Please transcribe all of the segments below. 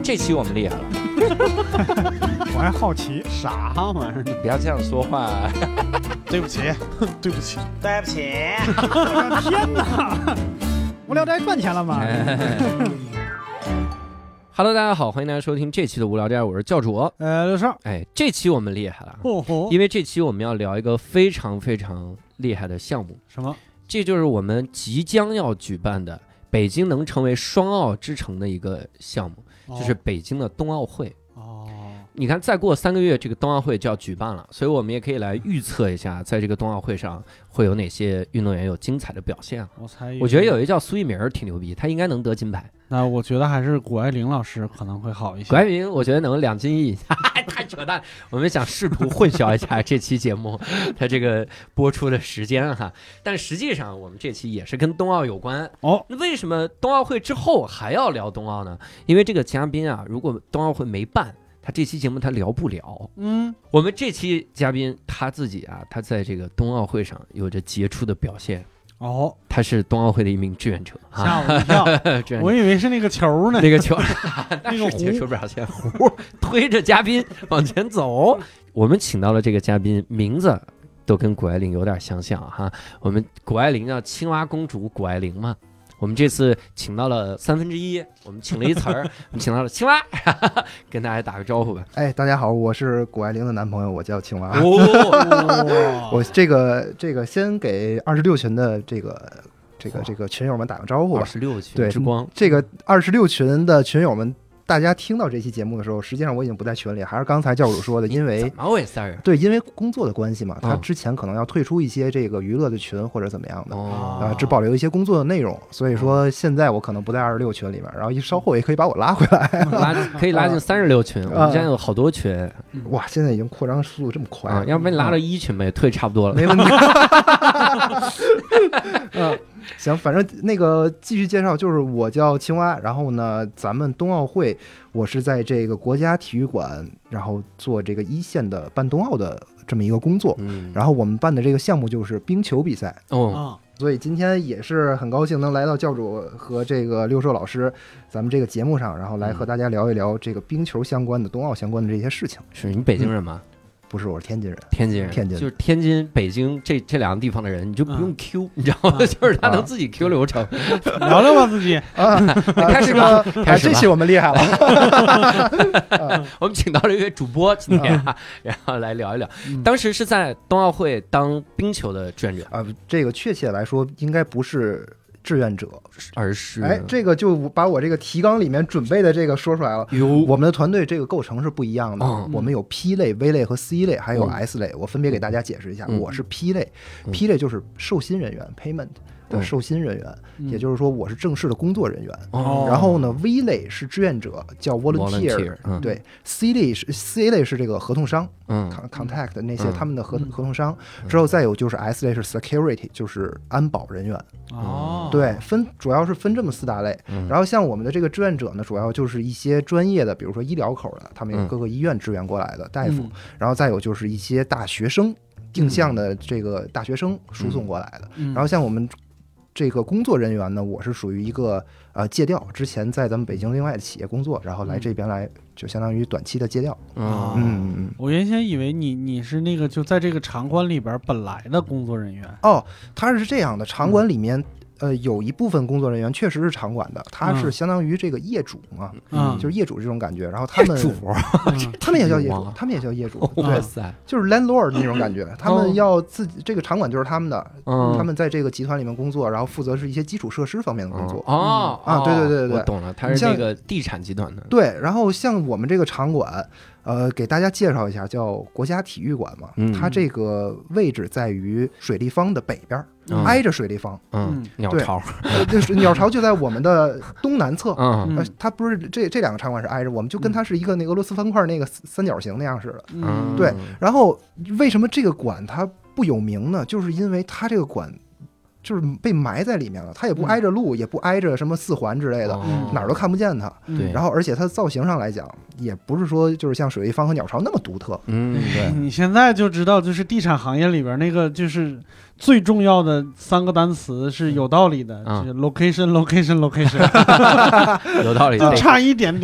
这期我们厉害了。 我还好奇啥玩意儿？ 不要这样说话。 对不起，对不起， 对不起！ 天哪！无聊斋赚钱了吗 ？Hello， 大家好，欢迎大家收听这期的无聊斋，我是教主。 刘少， 这期我们厉害了，因为这期我们要聊一个非常非常厉害的项目。 什么？ 这就是我们即将要举办的北京能成为双奥之城的一个项目，就是北京的冬奥会。你看，再过3个月，这个冬奥会就要举办了，所以我们也可以来预测一下，在这个冬奥会上会有哪些运动员有精彩的表现。我觉得有一个叫苏翊鸣挺牛逼，他应该能得金牌。 那我觉得还是谷爱凌老师可能会好一些。 谷爱凌，我觉得能2金1以下，太扯淡。我们想试图混淆一下这期节目它这个播出的时间哈，但实际上我们这期也是跟冬奥有关。那为什么冬奥会之后还要聊冬奥呢？因为这个嘉宾啊，如果冬奥会没办，他这期节目他聊不了。我们这期嘉宾他自己啊，他在这个冬奥会上有着杰出的表现。他是冬奥会的一名志愿者。 吓我一跳，我以为是那个球呢。 那个球， 那个杰出表现，壶推着嘉宾往前走。我们请到了这个嘉宾，名字都跟谷爱凌有点相像哈。我们谷爱凌叫青蛙公主谷爱凌嘛。我们这次请到了1/3，我们请了一词儿，我们请到了青蛙，跟大家打个招呼吧。 大家好，我是谷爱凌的男朋友，我叫青蛙。我这个先给26群的这个群友们打个招呼吧。 26群之光， 这个26群的群友们。大家听到这期节目的时候，实际上我已经不在群里，还是刚才教主说的，因为怎么回事儿？ 对，因为工作的关系嘛，他之前可能要退出一些这个娱乐的群或者怎么样的，只保留一些工作的内容，所以说现在我可能不在26群里面，然后稍后也可以把我拉回来， 可以拉进36群，我们现在有好多群， 哇，现在已经扩张速度这么快要不然拉到1群呗，退差不多了， 没问题。行，反正那个继续介绍，就是我叫青蛙，然后呢，咱们冬奥会，我是在这个国家体育馆，然后做这个一线的办冬奥的这么一个工作，然后我们办的这个项目就是冰球比赛。所以今天也是很高兴能来到教主和这个六兽老师咱们这个节目上，然后来和大家聊一聊这个冰球相关的冬奥相关的这些事情。 是你北京人吗？ 不是，我是天津人。 天津就是天津、北京这两个地方的人，你就不用 Q，你知道吗？就是他能自己 Q 流程。 聊聊吧自己开始吧， 这期我们厉害了。我们请到了一位主播今天然后来聊一聊。当时是在冬奥会当冰球的志愿者这个确切来说应该不是志愿者， 而是这个就把我这个提纲里面准备的这个说出来了。我们的团队这个构成是不一样的，我们有 P 类、V 类和 C 类，还有 S 类。我分别给大家解释一下。我是 P 类，P 类就是受薪人员 （payment） 的受薪人员，也就是说我是正式的工作人员。然后呢 ，V 类是志愿者，叫 volunteer。对 ，C 类是这个合同商，contact 的那些他们的合同商。之后再有就是 S 类是 security， 就是安保人员。对，主要是分这么4大类。然后像我们的这个志愿者呢，主要就是一些专业的，比如说医疗口的，他们有各个医院支援过来的大夫。然后再有就是一些大学生，定向的这个大学生输送过来的。然后像我们这个工作人员呢，我是属于一个借调，之前在咱们北京另外的企业工作，然后来这边来就相当于短期的借调。 我原先以为你是那个就在这个场馆里边本来的工作人员。 他是这样的，场馆里面有一部分工作人员确实是场馆的，他是相当于这个业主嘛，就是业主这种感觉。然后他们也叫业主，他们也叫业主，对，就是 landlord 那种感觉。他们要自己这个场馆就是他们的，他们在这个集团里面工作，然后负责是一些基础设施方面的工作。对， 我懂了，他是这个地产集团的。 对，然后像我们这个场馆。给大家介绍一下，叫国家体育馆嘛，它这个位置在于水立方的北边，挨着水立方。 鸟巢， 鸟巢就在我们的东南侧。它不是这2个场馆是挨着，我们就跟它是一个那俄罗斯方块那个三角形那样似的。对，然后为什么这个馆它不有名呢？就是因为它这个馆。就是被埋在里面了，它也不挨着路，也不挨着什么4环之类的，哪儿都看不见它。然后而且它造型上来讲，也不是说就是像水立方和鸟巢那么独特。 对，你现在就知道，就是地产行业里边那个就是最重要的3个单词是有道理的，就是 location， 有道理， 就差一点点。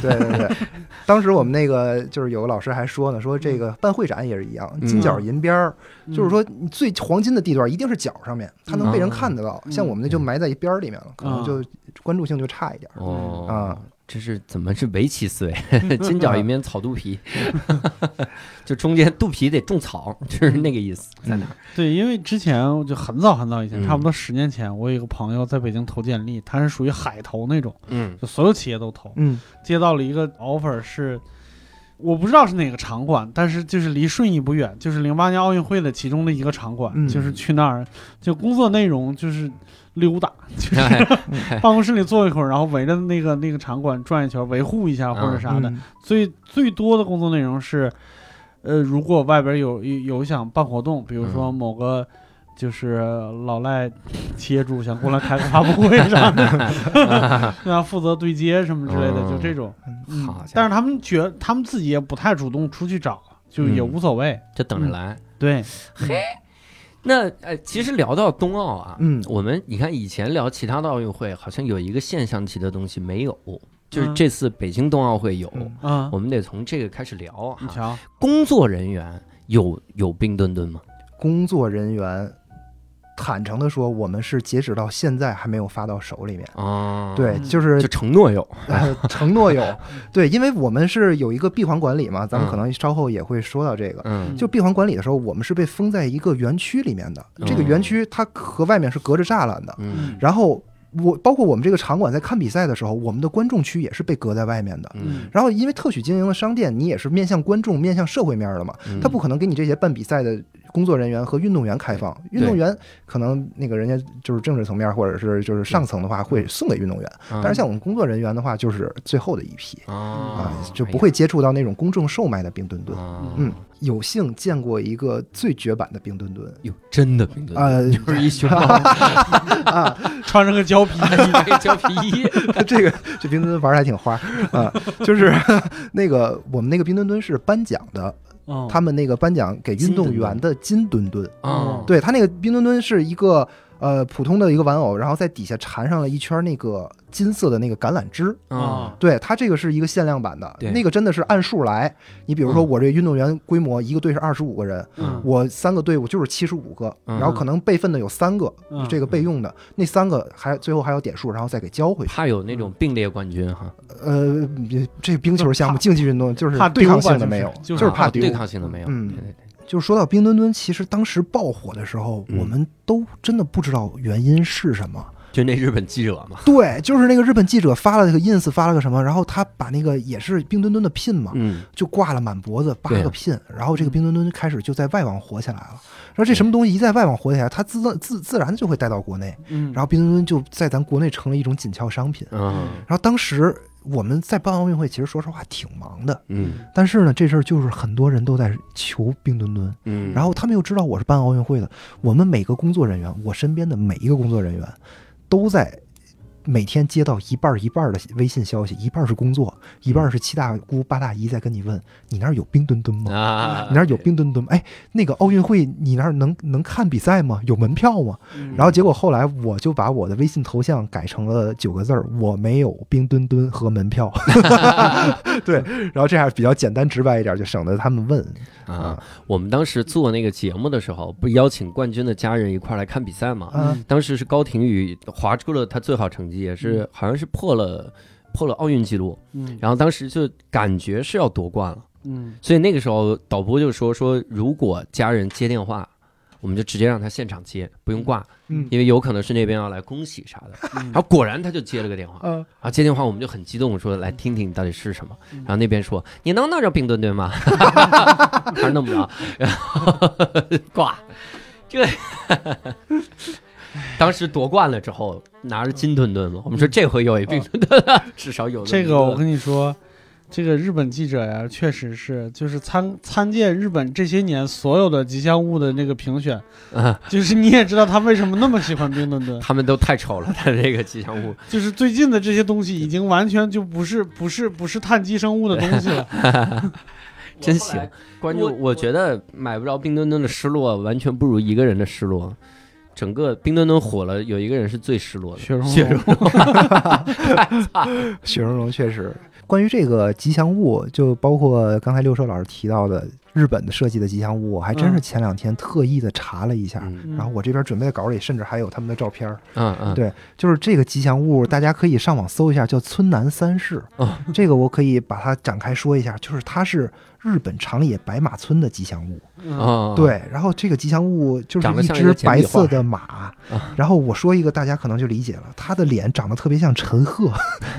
对对对，当时我们那个就是有个老师还说呢，说这个办会展也是一样，金角银边儿，就是说你最黄金的地段一定是角上面，它能被人看得到。像我们那就埋在一边儿里面了，可能就关注性就差一点。 这是怎么是围棋思维？金角一面草肚皮，就中间肚皮得种草，就是那个意思在哪？ 对，因为之前就很早很早以前，差不多10年前，我有一个朋友在北京投简历，他是属于海投那种，就所有企业都投，接到了一个 offer 是。我不知道是哪个场馆，但是就是离顺义不远，就是08年奥运会的其中的一个场馆，就是去那儿，就工作内容就是溜达，就是办公室里坐一会儿，然后围着那个场馆转一圈，维护一下或者啥的。最多的工作内容是，如果外边有想办活动，比如说某个就是老赖企业主想过来开个发布会啥的，让负责对接什么之类的，就这种。但是他们自己也不太主动出去找，就也无所谓， 就等着来。 对， 嘿。那其实聊到冬奥啊，我们你看以前聊其他的奥运会，好像有一个现象级的东西没有，就是这次北京冬奥会有，我们得从这个开始聊啊。 你瞧， 工作人员有冰墩墩吗？ 工作人员。坦诚的说，我们是截止到现在还没有发到手里面。对，就承诺有， 承诺有。对，因为我们是有一个闭环管理嘛，咱们可能稍后也会说到这个。就闭环管理的时候，我们是被封在一个园区里面的。这个园区它和外面是隔着栅栏的。然后包括我们这个场馆在看比赛的时候，我们的观众区也是被隔在外面的。然后因为特许经营的商店，你也是面向观众、面向社会面的嘛，他不可能给你这些办比赛的工作人员和运动员开放。运动员可能那个人家就是政治层面或者是就是上层的话会送给运动员，但是像我们工作人员的话，就是最后的一批就不会接触到那种公众售卖的冰墩墩。有幸见过一个最绝版的冰墩墩， 有真的冰墩墩，就是一熊猫穿着个胶皮衣， 这冰墩墩玩的还挺花就是那个我们那个冰墩墩是颁奖的。他们那个颁奖给运动员的金墩墩，对，他那个冰墩墩是一个普通的一个玩偶，然后在底下缠上了一圈那个金色的那个橄榄枝。对，它这个是一个限量版的，那个真的是按数来。你比如说我这运动员规模一个队是25个人，我3个队伍就是75个，然后可能备份的有3个，这个备用的那3个最后还有点数，然后再给交回去。 怕有那种并列冠军哈。 这冰球项目竞技运动就是对抗性的没有，就是怕丢， 对抗性的没有。 就是说到冰墩墩，其实当时爆火的时候，我们都真的不知道原因是什么。 就那日本记者嘛， 对，就是那个日本记者发了个 ins， 发了个什么，然后他把那个也是冰墩墩的pin嘛，就挂了满脖子8个pin，然后这个冰墩墩开始就在外网火起来了。然后这什么东西一在外网火起来，它自然就会带到国内，然后冰墩墩就在咱国内成了一种紧俏商品。然后当时我们在办奥运会，其实说实话挺忙的，但是呢，这事儿就是很多人都在求冰墩墩，然后他们又知道我是办奥运会的，我们每个工作人员，我身边的每一个工作人员，都在每天接到一半的微信消息，一半是工作，一半是7大姑8大姨在跟你问你那儿有冰墩墩吗？你那儿有冰墩墩吗？哎，那个奥运会你那儿能看比赛吗？有门票吗？然后结果后来我就把我的微信头像改成了9个字儿，我没有冰墩墩和门票。对，然后这样比较简单直白一点，就省得他们问我们当时做那个节目的时候，不邀请冠军的家人一块来看比赛吗？当时是高廷宇划出了他最好成绩，也是好像是破了奥运纪录，然后当时就感觉是要夺冠了，所以那个时候导播就说如果家人接电话，我们就直接让他现场接，不用挂，因为有可能是那边要来恭喜啥的。然后果然他就接了个电话，然后接电话我们就很激动，说来听听到底是什么。然后那边说你能弄着冰墩墩吗？还是弄不着，然后挂。这当时夺冠了之后拿着金墩墩嘛，我们说这回有一冰墩墩，至少有这个。我跟你说，这个日本记者呀，确实是就是参见日本这些年所有的吉祥物的那个评选，就是你也知道他为什么那么喜欢冰墩墩， 他们都太丑了，他这个吉祥物就是最近的这些东西已经完全就不是碳基生物的东西了。 真行，关注我觉得买不着冰墩墩的失落完全不如一个人的失落。整个冰墩墩火了，有一个人是最失落的， 雪容雪容融确实， 关于这个吉祥物，就包括刚才六兽老师提到的日本的设计的吉祥物，我还真是前2天特意的查了一下，然后我这边准备的稿里甚至还有他们的照片。对，就是这个吉祥物，大家可以上网搜一下，叫村南三世。这个我可以把它展开说一下，就是它是日本长野白马村的吉祥物。对，然后这个吉祥物就是一只白色的马，然后我说一个大家可能就理解了，他的脸长得特别像陈赫。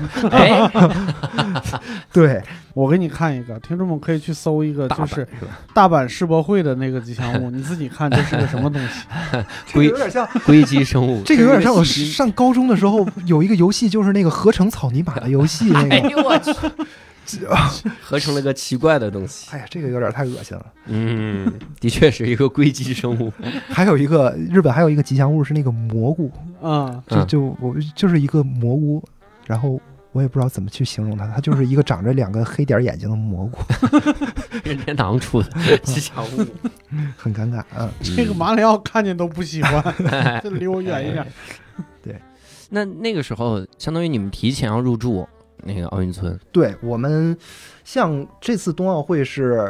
对， 我给你看一个，听众们可以去搜一个，就是大阪世博会的那个吉祥物，你自己看这是个什么东西。 这个有点像硅基生物， 这个有点像我上高中的时候有一个游戏，就是那个合成草泥马的游戏。那个， 哎呦我去！合成了个奇怪的东西。 哎呀，这个有点太恶心了。 的确是一个硅基生物。 还有一个日本还有一个吉祥物是那个蘑菇就是一个蘑菇，然后我也不知道怎么去形容它，它就是一个长着2个黑点眼睛的蘑菇。 任天堂出的吉祥物， 很尴尬。 这个马里奥看见都不喜欢，就离我远一点。 对， 那个时候相当于你们提前要入住那个奥运村。 对，我们像这次冬奥会是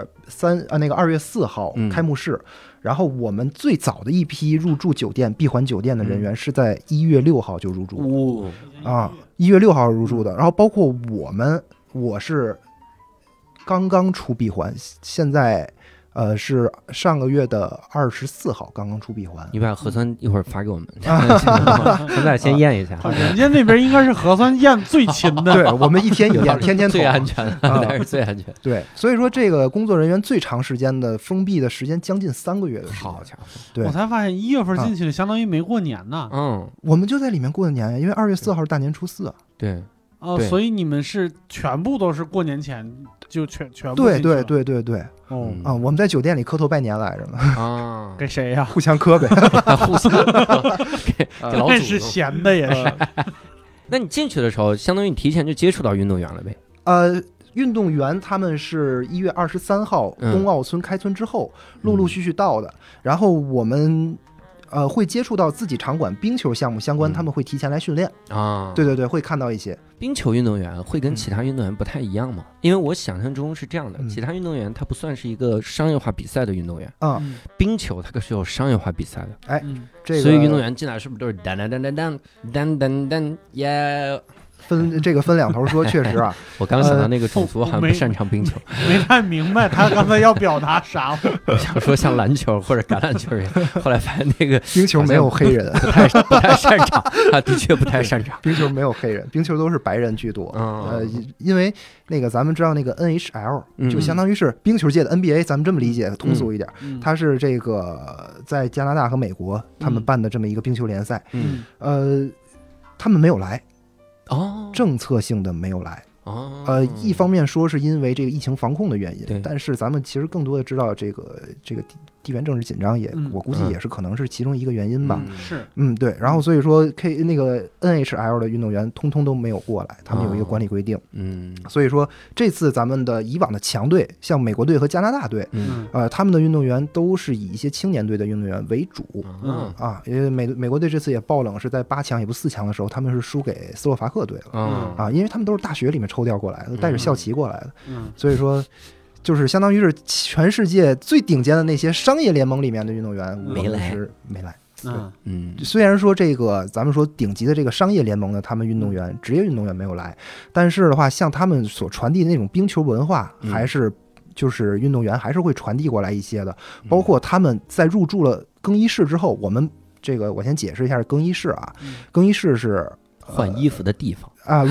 2月4号开幕式，然后我们最早的一批入住酒店闭环酒店的人员是在1月6号就入住。1月6号入住的，然后包括我是刚刚出闭环，现在是上个月的24号刚刚出闭环。 你把核酸一会儿发给我们，现在先验一下。 人家那边应该是核酸验最勤的。 对，我们一天一验，天天最安全，但是最安全。 对，所以说这个工作人员最长时间的封闭的时间将近3个月的时间。 好家伙！ 对，我才发现1月份进去的相当于没过年呢。 我们就在里面过的年，因为2月4号是大年初4。 对。 所以你们是全部都是过年前就全部对。我们在酒店里磕头拜年来着呢。给谁呀？ 互相磕呗。 互相给老祖宗。 是闲的也是。 那你进去的时候，相当于你提前就接触到运动员了呗？ 运动员他们是1月23号冬奥村开村之后陆陆续续到的，然后我们会接触到自己场馆冰球项目相关，他们会提前来训练啊。对，会看到一些冰球运动员会跟其他运动员不太一样吗？因为我想象中是这样的，其他运动员他不算是一个商业化比赛的运动员冰球它可是有商业化比赛的。 哎， 所以运动员进来是不是都是当当当当当当当当耶？ 分2头说，确实啊， 我刚想到那个种族好像不擅长冰球， 没太明白他刚才要表达啥。 我想说像篮球或者橄榄球一样，后来发现那个冰球没有黑人， 不太擅长，他的确不太擅长。 冰球没有黑人，冰球都是白人居多。因为那个咱们知道那个 NHL 就相当于是冰球界的 NBA，咱们这么理解通俗一点，它是这个在加拿大和美国他们办的这么一个冰球联赛。他们没有来。政策性的没有来。一方面说是因为这个疫情防控的原因，但是咱们其实更多的知道这个地缘政治紧张我估计也是可能是其中一个原因吧。对。然后所以说那个 NHL 的运动员通通都没有过来，他们有一个管理规定。所以说这次咱们的以往的强队，像美国队和加拿大队，他们的运动员都是以一些青年队的运动员为主。因为美国队这次也爆冷，是在8强也不4强的时候，他们是输给斯洛伐克队了。因为他们都是大学里面抽调过来的，带着校旗过来的。所以说就是相当于是全世界最顶尖的那些商业联盟里面的运动员没来。虽然说这个咱们说顶级的这个商业联盟的他们运动员职业运动员没有来，但是的话像他们所传递的那种冰球文化还是就是运动员还是会传递过来一些的。包括他们在入住了更衣室之后，我们这个我先解释一下更衣室啊。更衣室是换衣服的地方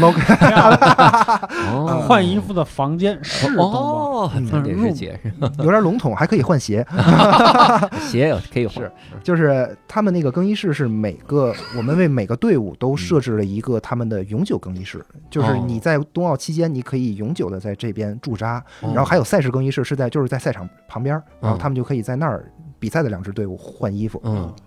换衣服的房间是得是解释， 有点笼统，还可以换鞋， 鞋可以换。 就是他们那个更衣室是我们为每个队伍都设置了一个他们的永久更衣室，就是你在冬奥期间你可以永久的在这边驻扎，然后还有赛事更衣室就是在赛场旁边，然后他们就可以在那儿比赛的2支队伍换衣服。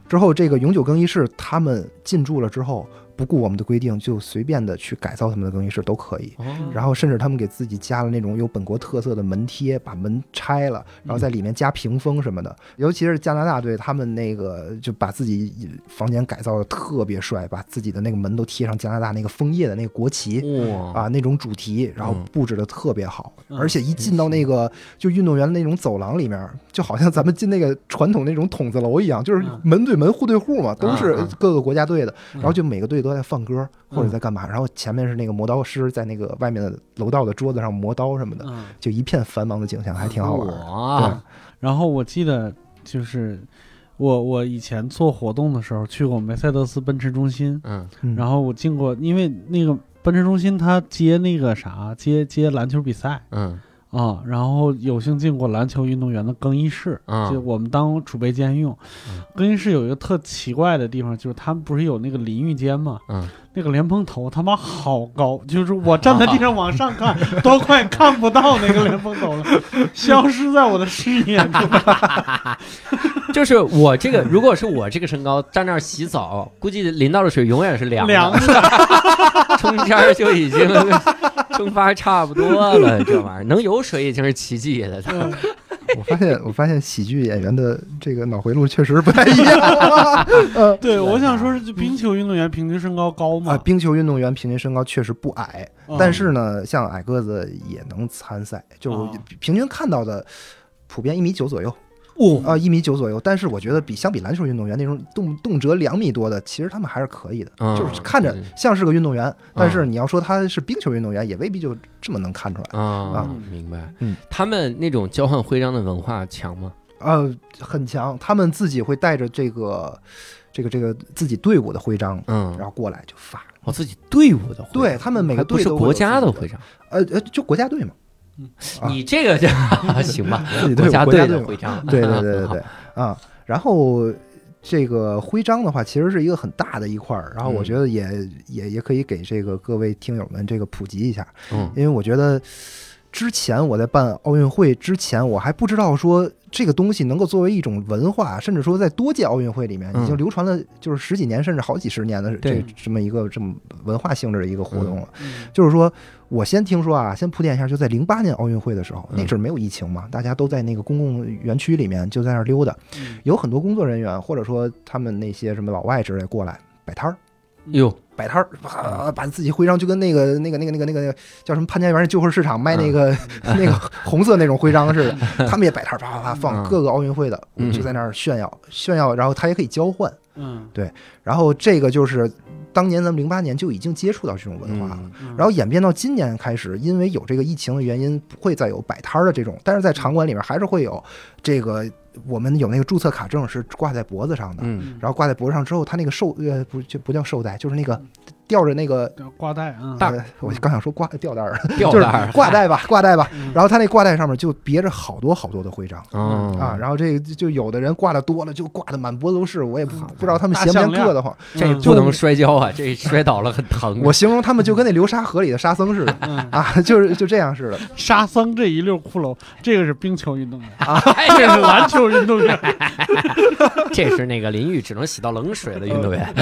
之后这个永久更衣室他们进驻了之后，不顾我们的规定，就随便的去改造他们的更衣室都可以。然后甚至他们给自己加了那种有本国特色的门贴，把门拆了，然后在里面加屏风什么的。尤其是加拿大队，他们那个就把自己房间改造的特别帅，把自己的那个门都贴上加拿大那个枫叶的那个国旗，那种主题，然后布置的特别好。而且一进到那个就运动员那种走廊里面，就好像咱们进那个传统那种筒子楼一样，就是门对门户对户嘛，都是各个国家队的，然后就每个队都在放歌或者在干嘛，然后前面是那个磨刀师在那个外面的楼道的桌子上磨刀什么的，就一片繁忙的景象，还挺好玩。对， 然后我记得就是我以前做活动的时候去过梅赛德斯奔驰中心，然后我经过，因为那个奔驰中心它接那个啥接篮球比赛，然后有幸进过篮球运动员的更衣室，就我们当储备间用。更衣室有一个特奇怪的地方，就是他们不是有那个淋浴间吗？那个莲蓬头他妈好高，就是我站在地上往上看，都快看不到那个莲蓬头了，消失在我的视野中。 就是我这个，如果是我这个身高站那儿洗澡，估计淋到的水永远是凉的，中间就已经蒸发差不多了。这玩意儿能有水已经是奇迹了。 我发现喜剧演员的这个脑回路确实不太一样。 对，我想说是就冰球运动员平均身高高嘛？ 冰球运动员平均身高确实不矮，但是呢，像矮个子也能参赛，就平均看到的普遍1.9米左右。1.9米左右，但是我觉得相比篮球运动员那种动辄2米多的，其实他们还是可以的，就是看着像是个运动员，但是你要说他是冰球运动员，也未必就这么能看出来明白。他们那种交换徽章的文化强吗？ 很强，他们自己会带着这个自己队伍的徽章，然后过来就发。 自己队伍的徽章， 对他们每个队都是国家的徽章， 就国家队嘛。 你这个行吧？国家队的徽章， 对然后这个徽章的话，其实是一个很大的一块儿，然后我觉得也可以给这个各位听友们这个普及一下，因为我觉得之前我在办奥运会之前，我还不知道说这个东西能够作为一种文化，甚至说在多届奥运会里面已经流传了就是10几年甚至好几十年的这么一个这么文化性质的一个活动了。就是说我先听说啊，先铺垫一下，就在08年奥运会的时候，那阵没有疫情嘛，大家都在那个公共园区里面就在那儿溜达，有很多工作人员或者说他们那些什么老外之类过来摆摊儿。摆摊儿，把自己徽章就跟那个叫什么潘家园旧货市场卖那个红色那种徽章似的，他们也摆摊儿，啪放各个奥运会的，就在那儿炫耀，然后他也可以交换，对，然后这个就是当年咱们08年就已经接触到这种文化了，然后演变到今年开始，因为有这个疫情的原因，不会再有摆摊的这种，但是在场馆里面还是会有这个。我们有那个注册卡证是挂在脖子上的，然后挂在脖子上之后，它那个不叫绶带，就是那个吊着那个挂带我刚想说吊带就是挂带吧，然后它那挂带上面就别着好多的徽章然后这个就有的人挂的多了，就挂的满脖子都是，我也不知道他们嫌不嫌硌得慌， 这不能摔跤啊，这摔倒了很疼。 我形容他们就跟那流沙河里的沙僧似的就这样似的。 沙僧这一溜骷髅，这个是冰球运动员这是篮球运动员这是那个淋浴只能洗到冷水的运动员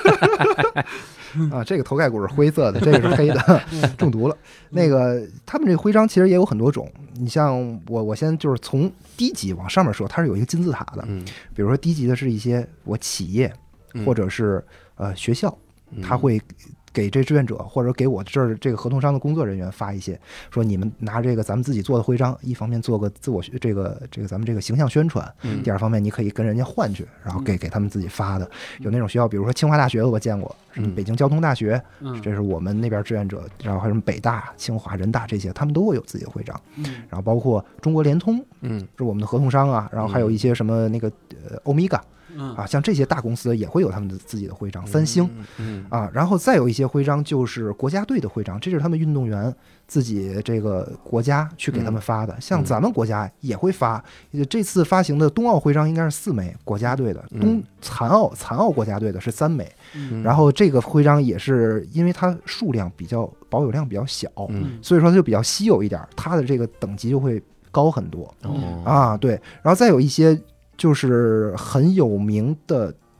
这个头盖骨是灰色的，这个是黑的，中毒了。那个他们这个徽章其实也有很多种，你像我先就是从低级往上面说，它是有一个金字塔的，比如说低级的是一些我企业或者是学校，他会给这志愿者或者给我这儿这个合同商的工作人员发一些，说你们拿这个咱们自己做的徽章，一方面做个自我这个咱们这个形象宣传，第二方面你可以跟人家换去，然后给他们自己发的。有那种学校，比如说清华大学我见过，什么北京交通大学，这是我们那边志愿者，然后还有什么北大、清华、人大这些，他们都会有自己的徽章。然后包括中国联通，是我们的合同商啊，然后还有一些什么那个欧米伽。像这些大公司也会有他们的自己的徽章，三星然后再有一些徽章就是国家队的徽章，这是他们运动员自己这个国家去给他们发的。像咱们国家也会发，这次发行的冬奥徽章应该是4枚国家队的，残奥国家队的是3枚，然后这个徽章也是因为它数量保有量比较小，所以说它就比较稀有一点，它的这个等级就会高很多对，然后再有一些就是很有名的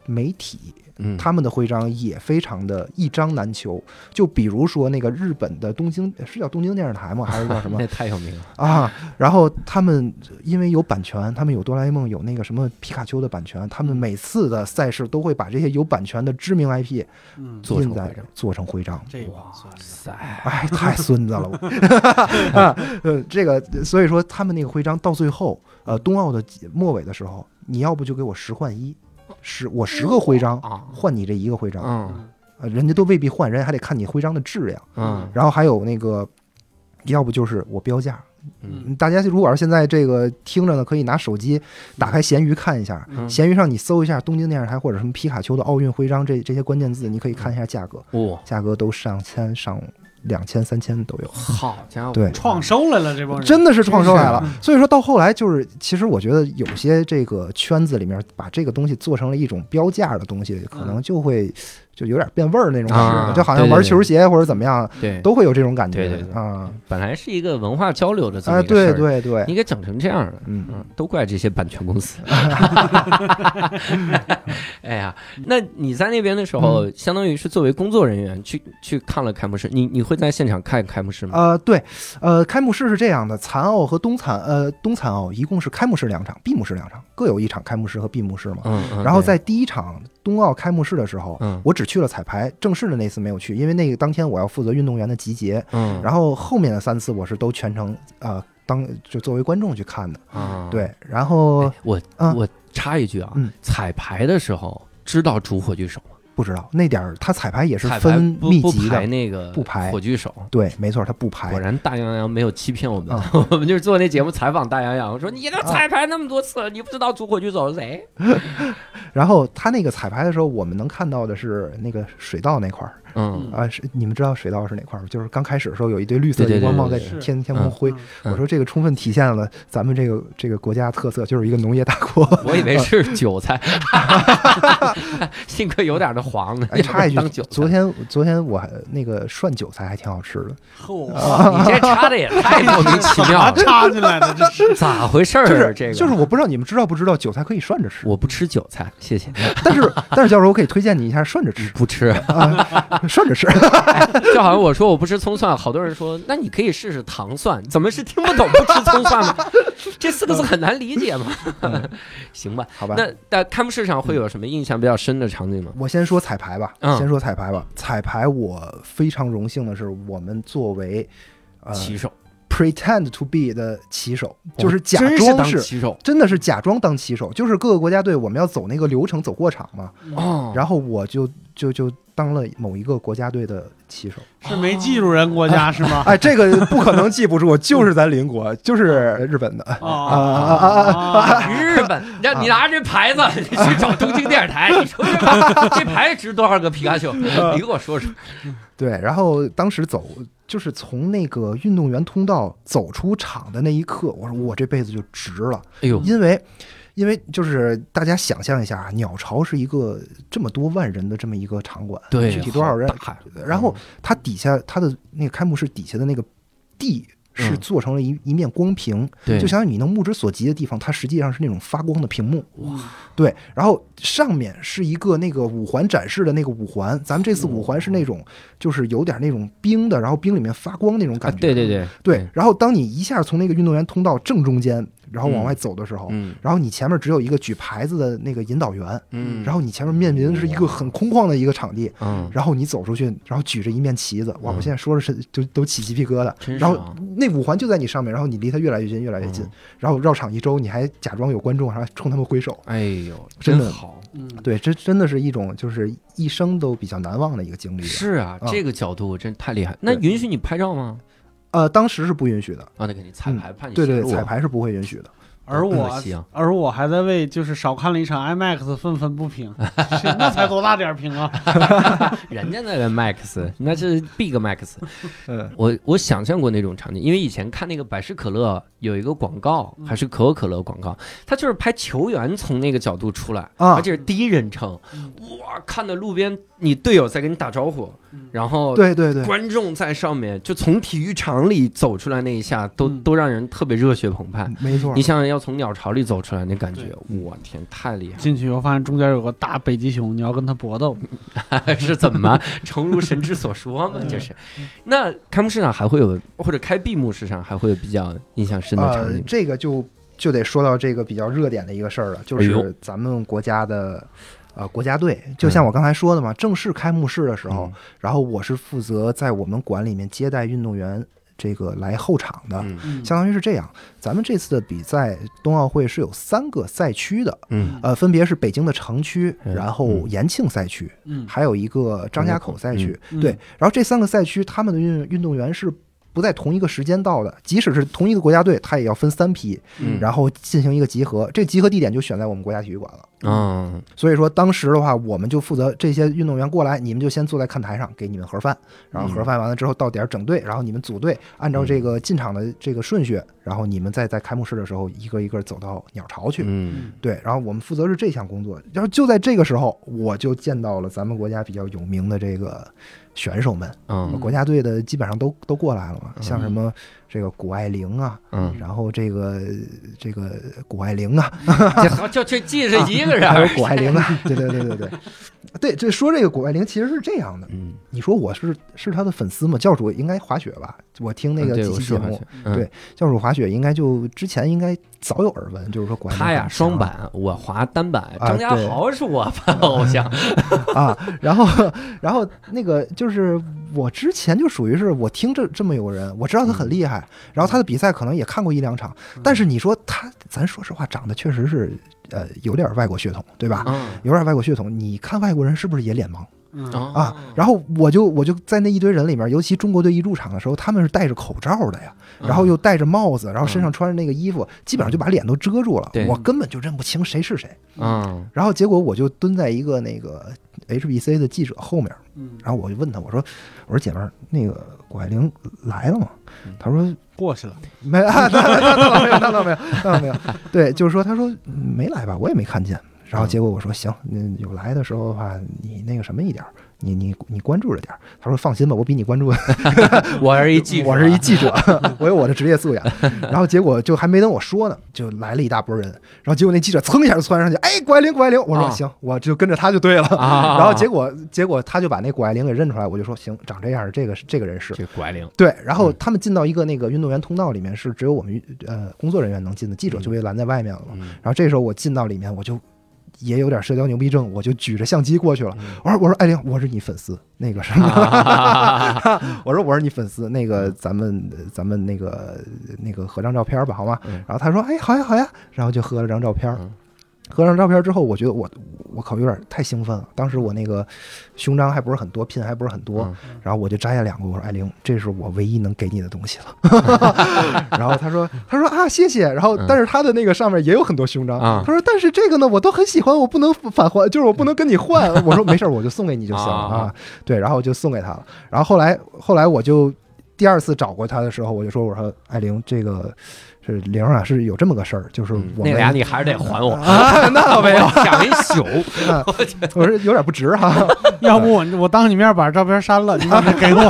媒体。他们的徽章也非常的一张难求，就比如说那个日本的东京，是叫东京电视台吗？还是叫什么？ 那太有名了啊！然后他们因为有版权，他们有哆啦 A 梦，有那个什么皮卡丘的版权，他们每次的赛事都会把这些有版权的知名 IP 做成徽章。 哇塞！ 哎，太孙子了！这个所以说他们那个徽章到最后，冬奥的末尾的时候，你要不就给我10换1。我10个徽章换你这1个徽章，人家都未必换，人家还得看你徽章的质量，然后还有那个，要不就是我标价，大家如果要是现在这个听着呢，可以拿手机打开闲鱼看一下，闲鱼上你搜一下东京电视台或者什么皮卡丘的奥运徽章这些关键字，你可以看一下价格，价格都上千上2000、3000都有。 好家伙， 对， 创收来了，这帮人真的是创收来了。所以说到后来就是，其实我觉得有些这个圈子里面把这个东西做成了一种标价的东西，可能就会就有点变味儿那种感觉，就好像玩球鞋或者怎么样， 对， 都会有这种感觉。 对啊，本来是一个文化交流的这么一个事儿，对， 你给整成这样了，都怪这些版权公司。哎呀，那你在那边的时候，相当于是作为工作人员去看了开幕式，你会在现场看开幕式吗？ 对，开幕式是这样的，残奥和冬残奥一共是开幕式2场，闭幕式2场，各有1场开幕式和闭幕式嘛。然后在第1场冬奥开幕式的时候，我只去了彩排，正式的那次没有去，因为那个当天我要负责运动员的集结。然后后面的3次我是都全程就作为观众去看的。对，然后我插一句啊，彩排的时候知道主火炬手吗？ 不知道，那点儿他彩排也是分密集的， 不排火炬手。 对，没错，他不排。 果然大洋洋没有欺骗我们，我们就是做那节目采访大洋洋，我说你都彩排那么多次了，你不知道主火炬手是谁？ 然后他那个彩排的时候，我们能看到的是那个水道那块儿。你们知道水道是哪块吗？就是刚开始的时候有一堆绿色荧光帽在天空挥。我说这个充分体现了咱们这个国家特色，就是一个农业大国。 我以为是韭菜，幸亏有点的黄的。 插一句，昨天我那个涮韭菜还挺好吃的。 你这插的也太莫名其妙了， 插进来的这是咋回事儿？ 就是我不知道你们知道不知道，韭菜可以涮着吃。 我不吃韭菜，谢谢。 但是教授，我可以推荐你一下涮着吃。 不吃涮着吃， 就好像我说我不吃葱蒜，好多人说那你可以试试糖蒜，怎么是听不懂不吃葱蒜吗？这4个字很难理解吗？行吧， 好吧。 那开幕式上会有什么印象比较深的场景吗？ 我先说彩排吧，彩排我非常荣幸的是，我们作为旗手。 pretend to be 的旗手，就是假装是旗手， 真的是假装当旗手，就是各个国家队我们要走那个流程走过场嘛。然后我就当了某一个国家队的旗手。 是没记住人国家是吗？ 哎，这个不可能记不住，就是咱邻国，就是日本的。 日本，你拿着这牌子，你去找东京电视台，你说这牌值多少个皮卡丘？你给我说说。 对，然后当时就是从那个运动员通道走出场的那一刻，我说我这辈子就值了。 哎呦， 因为就是大家想象一下，鸟巢是一个这么多万人的这么一个场馆， 对， 具体多少人？然后它底下它的那个开幕式底下的那个地是做成了一面光屏，就相当于你能目之所及的地方，它实际上是那种发光的屏幕。 哇， 对，然后上面是一个那个五环展示的那个五环，咱们这次五环是那种就是有点那种冰的，然后冰里面发光那种感觉。对，然后当你一下从那个运动员通道正中间，然后往外走的时候，然后你前面只有一个举牌子的那个引导员，然后你前面面临的是一个很空旷的一个场地，然后你走出去，然后举着一面旗子，哇！我现在说的是都起鸡皮疙瘩。然后那五环就在你上面，然后你离它越来越近，越来越近，然后绕场一周，你还假装有观众，然后冲他们挥手。 哎呦， 真的好， 对，这真的是一种就是一生都比较难忘的一个经历。 是啊，这个角度真太厉害。那允许你拍照吗？ 当时是不允许的啊，那肯定彩排判你对，彩排是不会允许的。 而我还在为就是少看了一场 IMAX 愤愤不平，那才多大点屏啊！ 人家那个 Max 那是 Big Max。我想象过那种场景，因为以前看那个百事可乐有一个广告，还是可口可乐广告，它就是拍球员从那个角度出来，而且是第一人称，哇，看到路边你队友在跟你打招呼， 然后对对对， 观众在上面，就从体育场里走出来那一下，都让人特别热血澎湃。 没错， 你想想要从鸟巢里走出来那感觉，我天，太厉害！ 进去以后发现中间有个大北极熊，你要跟他搏斗， 是怎么？诚如神之所说嘛，就是。那开幕式上还会有，或者开闭幕式上还会有比较印象深的场景？ 这个就得说到这个比较热点的一个事儿了，就是咱们国家的。国家队就像我刚才说的嘛，正式开幕式的时候，然后我是负责在我们馆里面接待运动员这个来候场的，相当于是这样。咱们这次的比赛，冬奥会是有3个赛区的，分别是北京的城区，然后延庆赛区，还有一个张家口赛区，对。然后这3个赛区，他们的运动员是不在同一个时间到的，即使是同一个国家队，他也要分3批，然后进行一个集合。这集合地点就选在我们国家体育馆了。所以说当时的话，我们就负责这些运动员过来，你们就先坐在看台上，给你们盒饭，然后盒饭完了之后到点整队，然后你们组队，按照这个进场的这个顺序，然后你们再在开幕式的时候一个一个走到鸟巢去。对，然后我们负责是这项工作。然后就在这个时候，我就见到了咱们国家比较有名的这个选手们，国家队的基本上都过来了嘛，像什么这个谷爱凌啊，然后这个谷爱凌啊， 就记着一个人， 还有谷爱凌啊，对，这说这个谷爱凌其实是这样的，你说我是他的粉丝吗？教主应该滑雪吧？我听那个几期节目，对，教主滑雪应该就之前应该早有耳闻，就是说谷爱凌他呀双板，我滑单板，张家豪是我偶像啊，然后那个就是我之前就属于是我听这么有人，我知道他很厉害，然后他的比赛可能也看过1-2场，但是你说他，咱说实话长得确实是有点外国血统，对吧？有点外国血统，你看外国人是不是也脸盲？然后我就在那一堆人里面，尤其中国队一入场的时候，他们是戴着口罩的呀，然后又戴着帽子，然后身上穿着那个衣服，基本上就把脸都遮住了，我根本就认不清谁是谁。然后结果我就蹲在一个那个 HBC 的记者后面，然后我就问他，我说姐妹儿，那个谷爱凌来了吗？他说过去了， 没啊，那倒没有，对，就是说他说没来吧，我也没看见。然后结果我说行，有来的时候的话，你那个什么一点，你关注着点。他说放心吧，我比你关注。 我是一记者， 我有我的职业素养。然后结果就还没等我说呢，就来了一大波人。然后结果那记者噌一下就窜上去，哎，谷爱凌，我说行，我就跟着他就对了。然后结果他就把那谷爱凌给认出来，我就说行，长这样，这个人是谷爱凌。 对，然后他们进到一个那个运动员通道里面，是只有我们工作人员能进的，记者就被拦在外面了嘛。然后这时候我进到里面，我就也有点社交牛逼症，我就举着相机过去了。我说爱玲，我是你粉丝，那个什么，我是你粉丝，那个咱们那个合张照片吧，好吗？然后他说，哎，好呀，然后就合了张照片。合上照片之后，我觉得我靠有点太兴奋了。当时我那个胸章还不是很多，拼还不是很多，然后我就摘下2个，我说爱玲，这是我唯一能给你的东西了。然后他说啊谢谢。然后但是他的那个上面也有很多胸章，他说但是这个呢我都很喜欢，我不能返还，就是我不能跟你换。我说没事，我就送给你就行了啊。对，然后就送给他了。然后后来我就第2次找过他的时候，我说爱玲，这个。是玲啊，是有这么个事儿，就是我那俩你还是得还我啊，那倒没有， 想一宿， 我说有点不值哈， 要不我当你面把照片删了，你把这给我。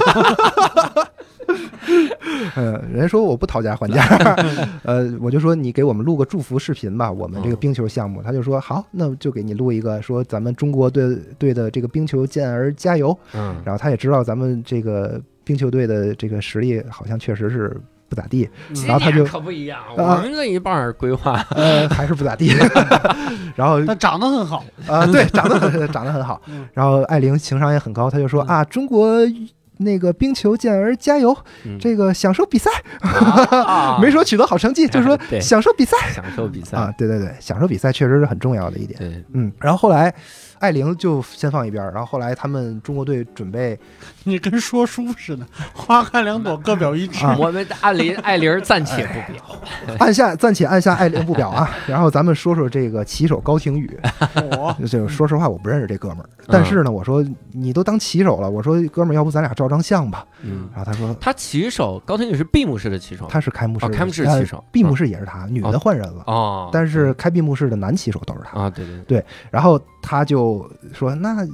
人家说我不讨价还价，我就说你给我们录个祝福视频吧，我们这个冰球项目，他就说好，那就给你录一个，说咱们中国队的这个冰球健儿加油。然后他也知道咱们这个冰球队的这个实力好像确实是不咋地，然后他就可不一样，我们这一半规划还是不咋地。然后他长得很好对，长得很好。然后爱玲情商也很高，他就说啊，中国那个冰球健儿加油，这个享受比赛，没说取得好成绩，就是说享受比赛啊，对，享受比赛确实是很重要的一点。然后后来爱玲就先放一边，然后后来他们中国队准备， 你跟说书似的，花开2朵各表一枝。 我们爱玲暂且不表， 暂且按下爱玲不表啊。然后咱们说说这个旗手高廷宇，就说实话我不认识这哥们儿，但是呢，我说你都当旗手了，我说哥们儿，要不咱俩照张相吧？然后他说他旗手高廷宇是闭幕式的旗手， 他是开幕式旗手， 闭幕式也是他，女的换人了哦， 但是开闭幕式的男旗手都是他啊，对。 然后他就说那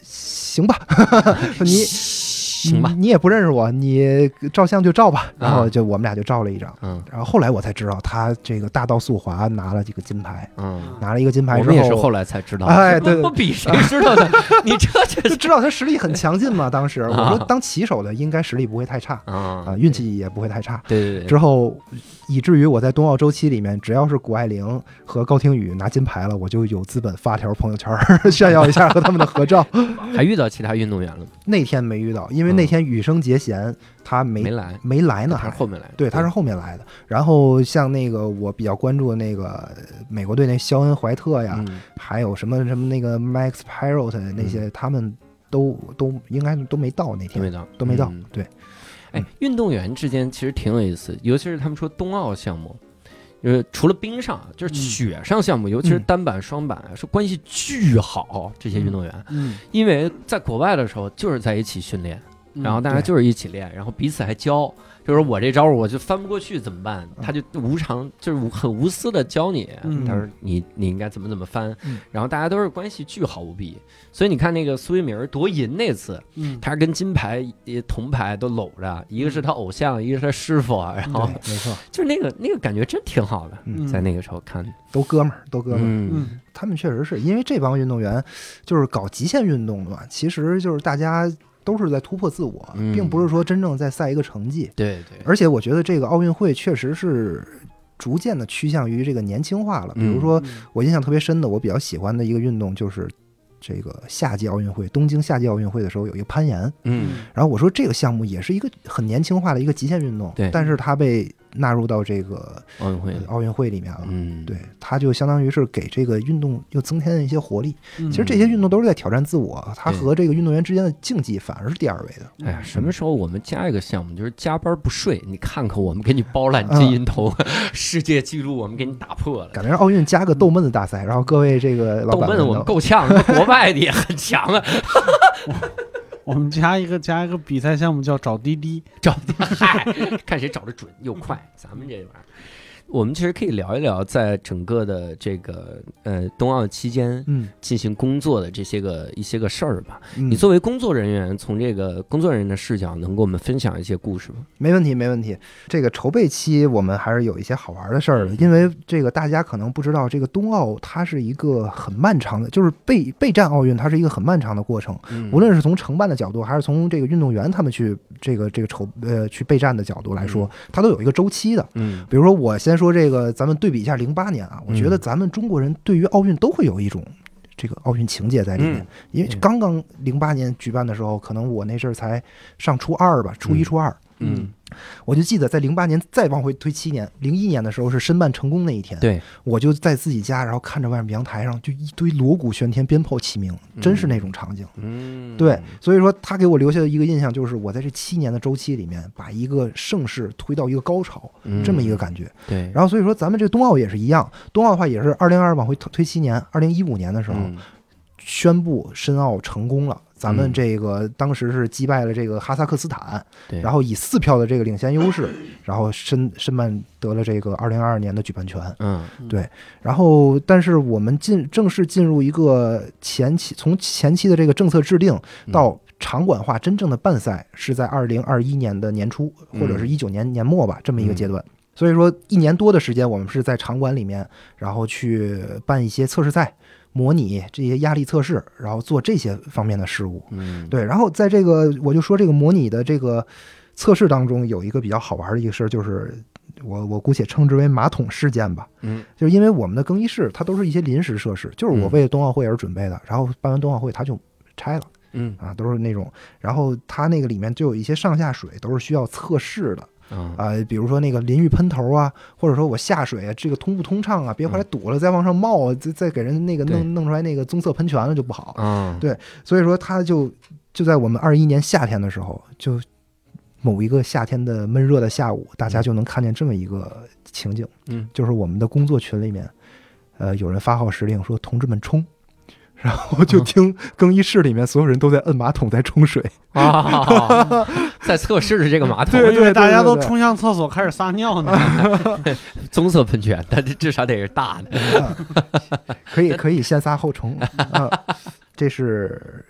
行吧，行吧，你也不认识我，你照相就照吧。然后我们俩就照了一张。然后后来我才知道，他这个大道速滑拿了这个金牌。拿了一个金牌之后， 我们也是后来才知道。 哎，对， 不比谁知道的？你这就知道他实力很强劲嘛。当时我说，当骑手的应该实力不会太差运气也不会太差。 对。 之后以至于我在冬奥周期里面，只要是谷爱凌和高亭宇拿金牌了，我就有资本发条朋友圈炫耀一下和他们的合照。 还遇到其他运动员了吗？ 那天没遇到，因为那天羽生结弦他没来呢， 他是后面来的。 对，他是后面来的。然后像那个我比较关注的那个美国队那肖恩怀特呀，还有什么那个 Max Parrot 那些，他们都应该都没到那天，都没到。对， 哎，运动员之间其实挺有意思，尤其是他们说冬奥项目。除了冰上，就是雪上项目，尤其是单板、双板，是关系巨好。这些运动员，因为在国外的时候就是在一起训练，然后大家就是一起练，然后彼此还教。就是我这招我就翻不过去怎么办？他就就是很无私的教你。他说你应该怎么翻，然后大家都是关系巨好无比。所以你看那个苏翊鸣夺银那次，他是跟金牌、铜牌都搂着，一个是他偶像，一个是他师傅，然后没错， 就是那个感觉真挺好的。在那个时候看， 都哥们儿。他们确实是因为这帮运动员就是搞极限运动的嘛，其实就是大家都是在突破自我，并不是说真正在赛一个成绩。 对。 而且我觉得这个奥运会确实是逐渐的趋向于这个年轻化了。比如说我印象特别深的，我比较喜欢的一个运动就是这个夏季奥运会，东京夏季奥运会的时候有一个攀岩。然后我说这个项目也是一个很年轻化的一个极限运动，但是它被纳入到这个奥运会里面了。对，它就相当于是给这个运动又增添了一些活力。其实这些运动都是在挑战自我，它和这个运动员之间的竞技反而是第二位的。 哎呀，什么时候我们加一个项目，就是加班不睡，你看看我们给你包揽金银头，世界纪录我们给你打破了。 赶明儿奥运加个逗闷子大赛，然后各位这个老板逗闷子我们够呛，国外的也很强啊。 我们加一个比赛项目叫找滴滴， 嗨，看谁找的准又快。咱们这玩意儿，我们其实可以聊一聊，在整个的这个冬奥期间，进行工作的一些个事儿吧。你作为工作人员，从这个工作人员的视角，能给我们分享一些故事吗？ 没问题。这个筹备期我们还是有一些好玩的事儿的，因为这个大家可能不知道，这个冬奥它是一个很漫长的，就是备战奥运，它是一个很漫长的过程。无论是从承办的角度，还是从这个运动员他们去这个去备战的角度来说，它都有一个周期的。比如说我先说这个，咱们对比一下08年啊，我觉得咱们中国人对于奥运都会有一种这个奥运情节在里面，因为刚刚08年举办的时候，可能我那阵儿才上初二吧，初一初二。我就记得在08年再往回推7年，01年的时候是申办成功那一天， 对， 我就在自己家，然后看着外面阳台上就一堆锣鼓喧天，鞭炮齐鸣，真是那种场景。对，所以说他给我留下的一个印象就是我在这7年的周期里面，把一个盛世推到一个高潮，这么一个感觉。 对， 然后所以说咱们这冬奥也是一样，冬奥的话也是2022往回推7年，2015年的时候宣布申奥成功了。咱们这个当时是击败了这个哈萨克斯坦，然后以4票的这个领先优势，然后申办得了这个2022年的举办权。对。然后，但是我们正式进入一个从前期的这个政策制定到场馆化真正的办赛，是在2021年的年初，或者是19年年末吧，这么一个阶段。所以说1年多的时间，我们是在场馆里面，然后去办一些测试赛。模拟这些压力测试，然后做这些方面的事务。对。然后在这个我就说这个模拟的这个测试当中，有一个比较好玩的一个事儿，就是我姑且称之为马桶事件吧。就是因为我们的更衣室它都是一些临时设施，就是我为了冬奥会而准备的，然后办完冬奥会它就拆了。都是那种，然后它那个里面就有一些上下水都是需要测试的。比如说那个淋浴喷头啊，或者说我下水啊，这个通不通畅啊，别回来堵了再往上冒，再给人那个弄出来那个棕色喷泉了就不好。对，所以说他就在我们21年夏天的时候，就某一个夏天的闷热的下午，大家就能看见这么一个情景。就是我们的工作群里面，有人发号施令说同志们冲。然后就听更衣室里面所有人都在摁马桶，在冲水在测试的这个马桶， 对，大家都冲向厕所开始撒尿呢。 棕色喷泉，但至少得是大的， 可以先撒后冲。这是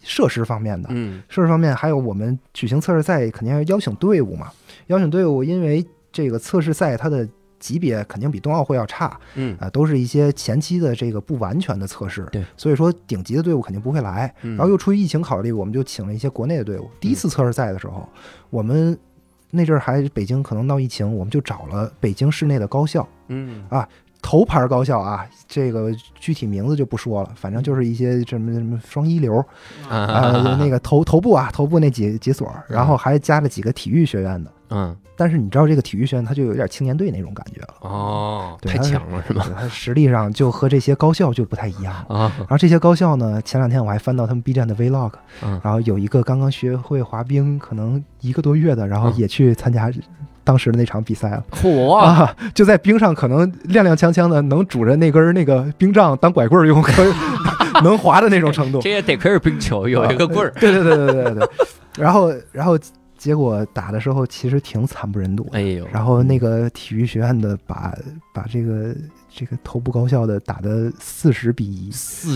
设施方面的，设施方面还有我们举行测试赛肯定要邀请队伍嘛，邀请队伍，因为这个测试赛它的级别肯定比冬奥会要差，都是一些前期的这个不完全的测试， 对， 所以说顶级的队伍肯定不会来，然后又出于疫情考虑，我们就请了一些国内的队伍。第一次测试赛的时候，我们那阵儿还北京可能闹疫情，我们就找了北京市内的高校，头牌高校啊，这个具体名字就不说了，反正就是一些什么双一流那个头部那几所，然后还加了几个体育学院的。但是你知道这个体育学院它就有点青年队那种感觉了， 太强了是吧？ 它实力上就和这些高校就不太一样啊。然后这些高校呢，前2天我还翻到他们 B 站的 Vlog，然后有一个刚刚学会滑冰，可能1个多月的，然后也去参加当时的那场比赛了，就在冰上可能踉踉跄跄的，能拄着那根那个冰杖当拐棍用，能滑的那种程度。 这也得亏是冰球有一个棍儿。 对。然后结果打的时候其实挺惨不忍睹，然后那个体育学院的把这个头部高校的打的40比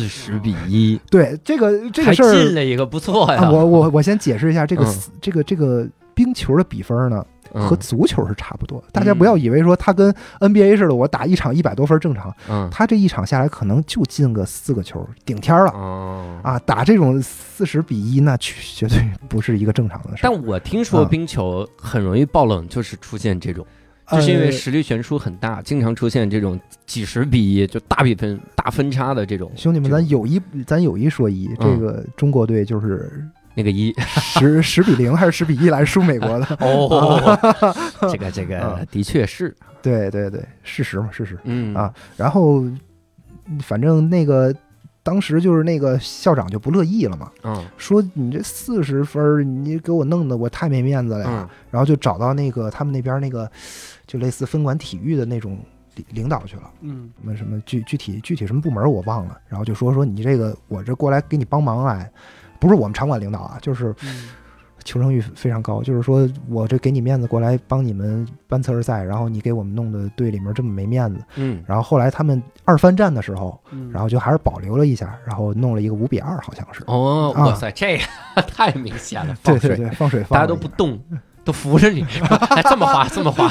1，对，这个事儿进了一个不错呀。 我先解释一下这个冰球的比分呢，和足球是差不多，大家不要以为说他跟 NBA 似的，我打一场100多分正常，他这一场下来可能就进个4个球顶天了，打这种40比1，那绝对不是一个正常的事。 但我听说冰球很容易爆冷，就是出现这种，就是因为实力悬殊很大，经常出现这种几10比1就大比分大分差的这种。 兄弟们，咱有一说一，这个中国队就是那个 10比0还是10比1来输美国的这个的确是， 对，事实嘛，事实，然后反正那个当时就是那个校长就不乐意了嘛，说你这40分你给我弄得我太没面子了呀，然后就找到那个他们那边那个就类似分管体育的那种领导去了，什么具体什么部门我忘了，然后就说你这个我这过来给你帮忙来。不是我们场馆领导啊，就是求生欲非常高，就是说我这给你面子过来帮你们办测试赛，然后你给我们弄的队里面这么没面子，然后后来他们2番战的时候，然后就还是保留了一下，然然后弄了一个5比2，好像是。 哇塞，这个太明显了， 对，放水， 大家都不动。都扶着你，还这么滑，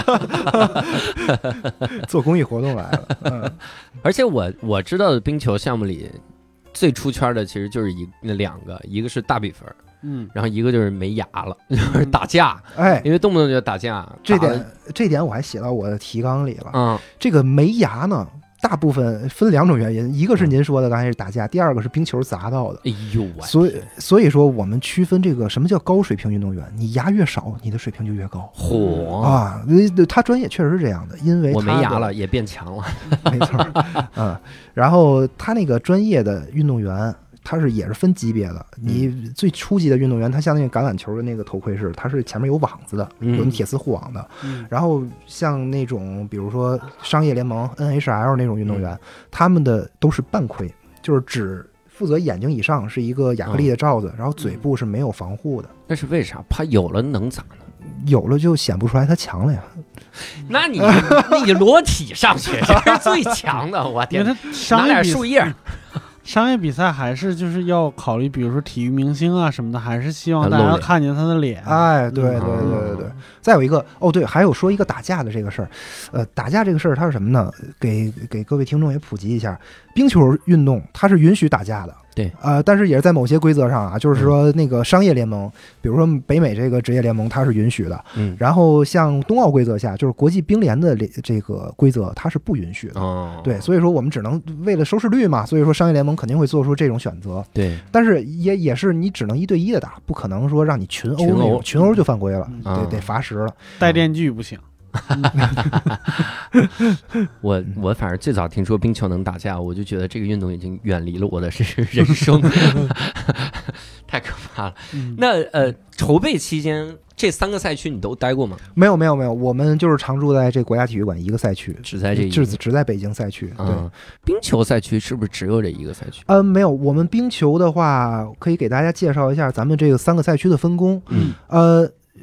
做公益活动来了。 而且我知道的冰球项目里，最出圈的其实就是2个，一个是大比分，然后一个就是没牙了，就是打架，因为动不动就打架。 这点我还写到我的提纲里了。这个没牙呢，大部分分2种原因，一个是您说的刚才是打架，第二个是冰球砸到的。所以说我们区分这个什么叫高水平运动员，你牙越少，你的水平就越高。他专业确实是这样的，因为我没牙了也变强了， 没错。然后他那个专业的运动员，他也是分级别的。你最初级的运动员，他像那个橄榄球的那个头盔似的，他是前面有网子的，有铁丝护网的。然后像那种比如说商业联盟 NHL 那种运动员，他们的都是半盔，就是只负责眼睛以上是一个亚克力的罩子，然后嘴部是没有防护的。 那是为啥？怕有了能咋呢？ 有了就显不出来他强了呀。 那你裸体上去，这是最强的。我天，拿点树叶。 商业比赛还是就是要考虑，比如说体育明星啊什么的，还是希望大家看见他的脸。 对。再有一个对，还有说一个打架的这个事儿。打架这个事儿它是什么呢？给各位听众也普及一下，冰球运动它是允许打架的。 对， 但是也是在某些规则上啊，就是说那个商业联盟，比如说北美这个职业联盟，它是允许的。然后像冬奥规则下，就是国际冰联的这个规则，它是不允许的。对，所以说我们只能为了收视率嘛，所以说商业联盟肯定会做出这种选择。 对， 但是也是你只能1对1的打，不可能说让你群殴就犯规了，得罚10了， 带电锯不行。 我反正最早听说冰球能打架，我就觉得这个运动已经远离了我的人生，太可怕了。那筹备期间这3个赛区你都待过吗？ 没有，我们就是常驻在这国家体育馆一个赛区， 只在北京赛区。对， 冰球赛区是不是只有这一个赛区？ 没有，我们冰球的话，可以给大家介绍一下咱们这个3个赛区的分工。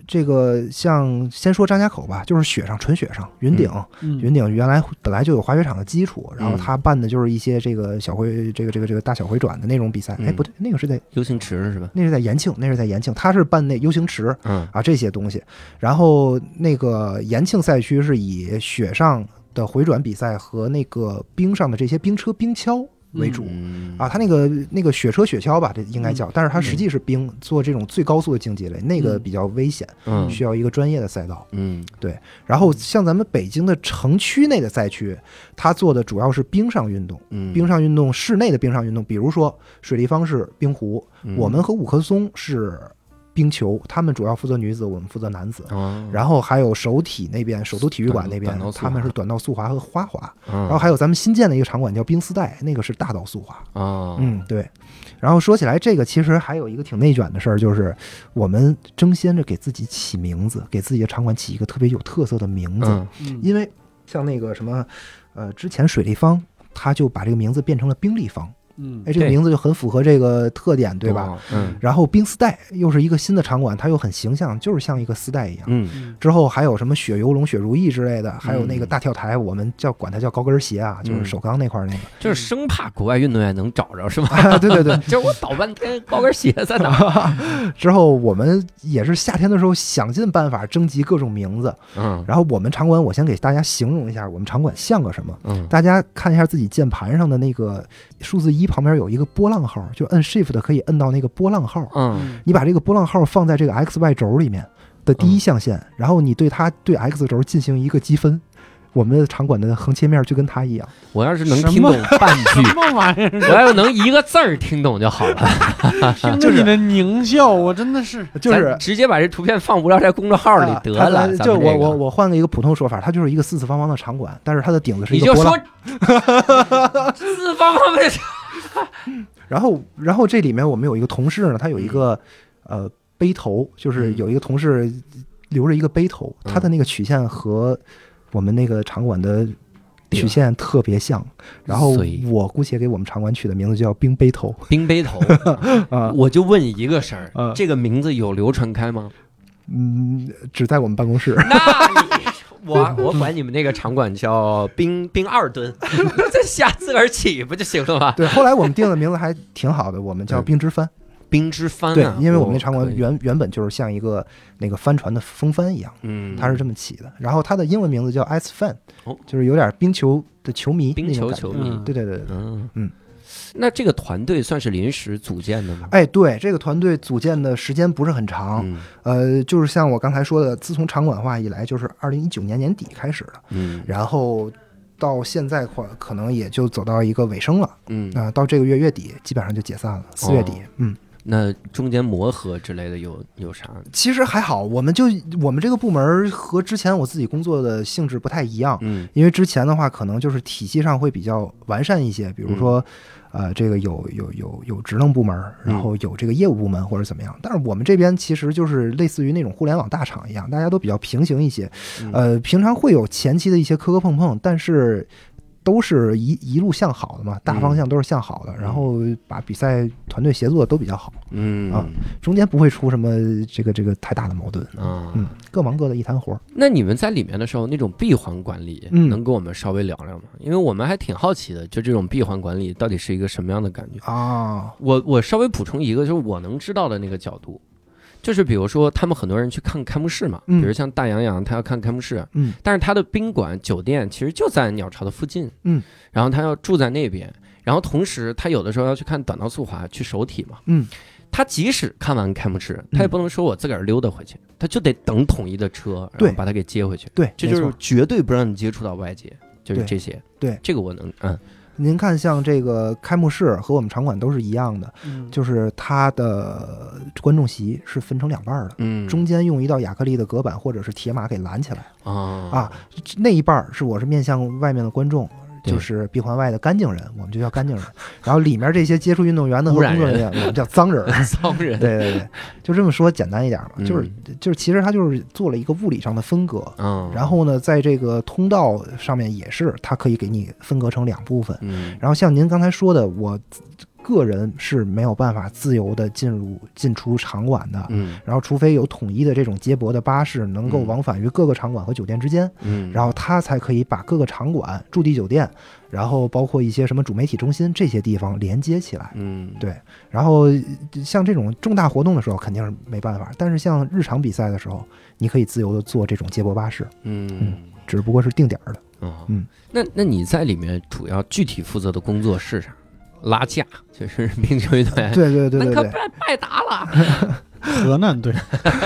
这个像先说张家口吧，就是雪上纯雪上，云顶，云顶原来本来就有滑雪场的基础，然后他办的就是一些这个小回这个大小回转的那种比赛。哎，不对，那个是在 U 型池是吧？ 那是在延庆，他是办那 U 型池，这些东西。然后那个延庆赛区是以雪上的回转比赛和那个冰上的这些冰车冰橇为主他那个雪车雪橇吧，这应该叫，但是它实际是冰做这种最高速的竞技类，那个比较危险，需要一个专业的赛道。对。然后像咱们北京的城区内的赛区，它做的主要是冰上运动，冰上运动室内的冰上运动，比如说水立方是冰壶，我们和五棵松是冰球，他们主要负责女子，我们负责男子。然后还有首都体育馆那边，他们是短道速滑和花滑。然后还有咱们新建的一个场馆叫冰丝带，那个是大道速滑。对。然后说起来，这个其实还有一个挺内卷的事儿，就是我们争先着给自己起名字，给自己的场馆起一个特别有特色的名字。因为像那个什么，之前水立方，他就把这个名字变成了冰立方。这个名字就很符合这个特点，对吧？然后冰丝带又是一个新的场馆，它又很形象，就是像一个丝带一样。之后还有什么雪游龙、雪如意之类的，还有那个大跳台，我们管它叫高跟鞋啊，就是首钢那块那个， 就是生怕国外运动员能找着，是吧？ 对对对， 就是我倒半天高跟鞋在哪？ 之后我们也是夏天的时候想尽办法征集各种名字。然后我们场馆，我先给大家形容一下，我们场馆像个什么？大家看一下自己键盘上的那个数字1旁边有一个波浪号，就摁 Shift 可以摁到那个波浪号。你把这个波浪号放在这个 XY 轴里面的第一象限，然后你对 X 轴进行一个积分。我们的场馆的横切面就跟它一样。 我要是能听懂半句， 什么玩意儿？ 我要是能一个字儿听懂就好了。 就是你的狞笑，我真的是就是直接把这图片放无聊斋公众号里得了。 就我换个一个普通说法，它就是一个四四方方的场馆，但是它的顶子是一个波浪。 你就说四四方方的。 然后这里面我们有一个同事呢，他有一个背头，就是有一个同事留着一个背头，他的那个曲线和我们那个场馆的曲线特别像，然后我姑且给我们场馆取的名字叫冰背头。 冰背头我就问一个事儿，这个名字有流传开吗？ 只在我们办公室。 那我管你们那个场馆叫冰2吨，这瞎自个儿起不就行了吗？ 对，后来我们定的名字还挺好的，我们叫冰之帆。 冰之帆对，因为我们那场馆原本就是像一个那个帆船的风帆一样，它是这么起的。然后它的英文名字叫 Ice Fan，就是有点冰球的球迷， 冰球球迷。 对对对， 那这个团队算是临时组建的吗？ 哎，对，这个团队组建的时间不是很长，就是像我刚才说的，自从场馆化以来，就是2019年年底开始的，然后到现在可能也就走到一个尾声了，到这个月底基本上就解散了，4月底， 那中间磨合之类的有啥？ 其实还好，我们这个部门和之前我自己工作的性质不太一样，因为之前的话可能就是体系上会比较完善一些，比如说这个有职能部门，然后有这个业务部门或者怎么样。但是我们这边其实就是类似于那种互联网大厂一样，大家都比较平行一些，平常会有前期的一些磕磕碰碰，但是都是一路向好的嘛，大方向都是向好的，然后把比赛团队协作都比较好，中间不会出什么这个太大的矛盾，各忙各的一摊活。 那你们在里面的时候，那种闭环管理，能跟我们稍微聊聊吗？因为我们还挺好奇的，就这种闭环管理到底是一个什么样的感觉啊？我稍微补充一个，就是我能知道的那个角度。就是比如说他们很多人去看开幕式嘛，比如像大洋洋他要看开幕式，但是他的宾馆酒店其实就在鸟巢的附近，然后他要住在那边，然后同时他有的时候要去看短道速滑，去首体嘛，他即使看完开幕式，他也不能说我自个儿溜达回去，他就得等统一的车，然后把他给接回去， 对， 这就是绝对不让你接触到外界，就是这些， 对， 这个我能您看，像这个开幕式和我们场馆都是一样的，就是它的观众席是分成2半的，中间用一道亚克力的隔板或者是铁马给拦起来，那一半我是面向外面的观众，就是闭环外的干净人，我们就叫干净人。然后里面这些接触运动员的和工作人员，我们叫脏人。 脏人， 对对对，就这么说简单一点嘛，就是其实他就是做了一个物理上的分隔，然后呢，在这个通道上面也是，它可以给你分隔成2部分。然后像您刚才说的，我个人是没有办法自由的进出场馆的，然后除非有统一的这种接驳的巴士能够往返于各个场馆和酒店之间，然后他才可以把各个场馆、驻地酒店，然后包括一些什么主媒体中心这些地方连接起来，对。然后像这种重大活动的时候肯定是没办法，但是像日常比赛的时候，你可以自由的坐这种接驳巴士，只不过是定点的。 那你在里面主要具体负责的工作是啥？拉架，就是冰球队。 对， 那可拜达了。 河南队，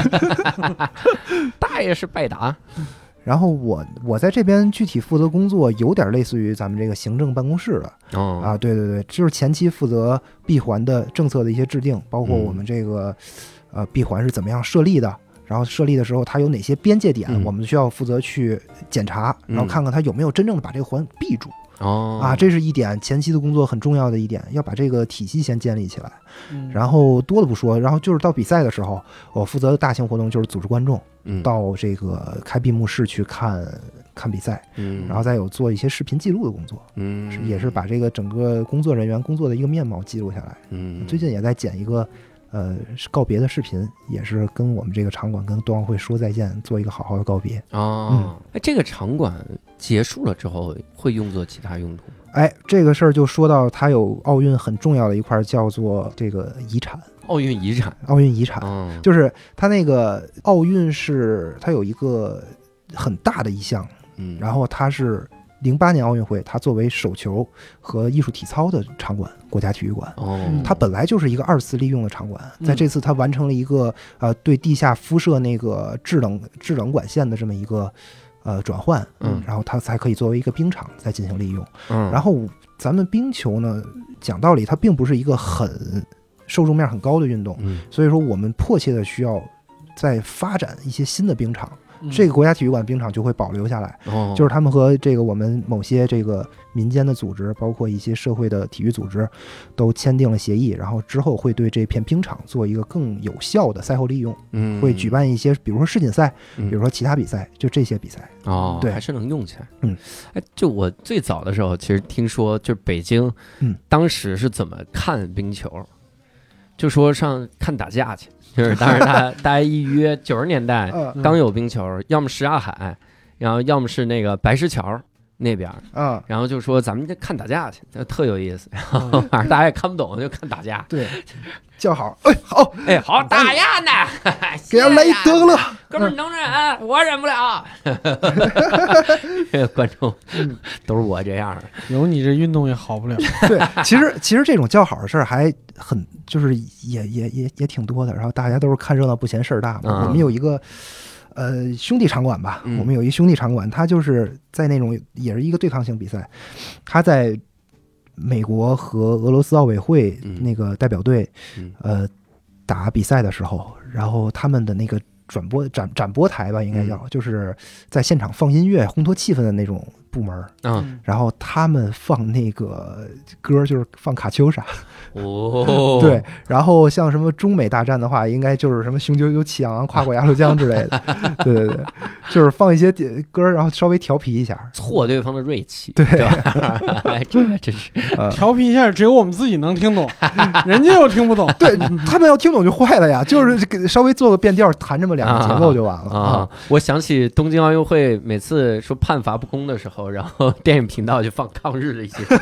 大爷是拜达。 然后我在这边具体负责工作有点类似于咱们这个行政办公室的对，就是前期负责闭环的政策的一些制定，包括我们这个闭环是怎么样设立的。然后设立的时候，它有哪些边界点，我们需要负责去检查，然后看看它有没有真正的把这个环闭住。这是一点前期的工作很重要的一点，要把这个体系先建立起来。然后多的不说，然后就是到比赛的时候，我负责的大型活动就是组织观众到这个开闭幕式去看比赛，然后再有做一些视频记录的工作，也是把这个整个工作人员工作的一个面貌记录下来。最近也在剪一个告别的视频，也是跟我们这个场馆跟冬奥会说再见，做一个好好的告别。 这个场馆结束了之后会用作其他用途？ 这个事儿就说到它有奥运很重要的一块叫做这个遗产。 奥运遗产， 就是它那个奥运是它有一个很大的一项，然后它是08年奥运会，它作为手球和艺术体操的场馆，国家体育馆，它本来就是一个2次利用的场馆，在这次它完成了一个对地下敷设那个制冷管线的这么一个转换，然后它才可以作为一个冰场再进行利用。然后咱们冰球呢，讲道理它并不是一个很受众面很高的运动，所以说我们迫切的需要再发展一些新的冰场。这个国家体育馆冰场就会保留下来，就是他们和这个我们某些这个民间的组织，包括一些社会的体育组织，都签订了协议，然后之后会对这片冰场做一个更有效的赛后利用，会举办一些，比如说世锦赛，比如说其他比赛，就这些比赛对， 还是能用起来。就我最早的时候，其实听说就是北京，当时是怎么看冰球，就说上看打架去。就是当时大家一约90年代刚有冰球，要么什刹海，然后要么是那个白石桥那边，然后就说咱们就看打架去，特有意思。然后反正大家也看不懂，就看打架。 对，叫好，好， 好打呀呢， 给他来得了， 哥们能忍，我忍不了。这个观众都是我这样的， 有你这运动也好不了。 对，其实这种叫好的事儿还很就是也挺多的，然后大家都是看热闹不嫌事儿大嘛。我们有一个兄弟场馆吧，我们有一兄弟场馆，他就是在那种也是一个对抗性比赛，他在美国和俄罗斯奥委会那个代表队打比赛的时候，然后他们的那个展播台吧，应该叫，就是在现场放音乐烘托气氛的那种部门，然后他们放那个歌就是放卡秋莎，对，然后像什么中美大战的话，应该就是什么雄赳赳气昂昂跨过鸭绿江之类的，对，就是放一些歌，然后稍微调皮一下， 挫对方的锐气， 对， 这真是调皮一下，只有我们自己能听懂，人家又听不懂， 对他们要听懂就坏了呀，就是稍微做个变调，弹这么2个节奏就完了我想起东京奥运会每次说判罚不公的时候，然后电影频道就放抗日的一些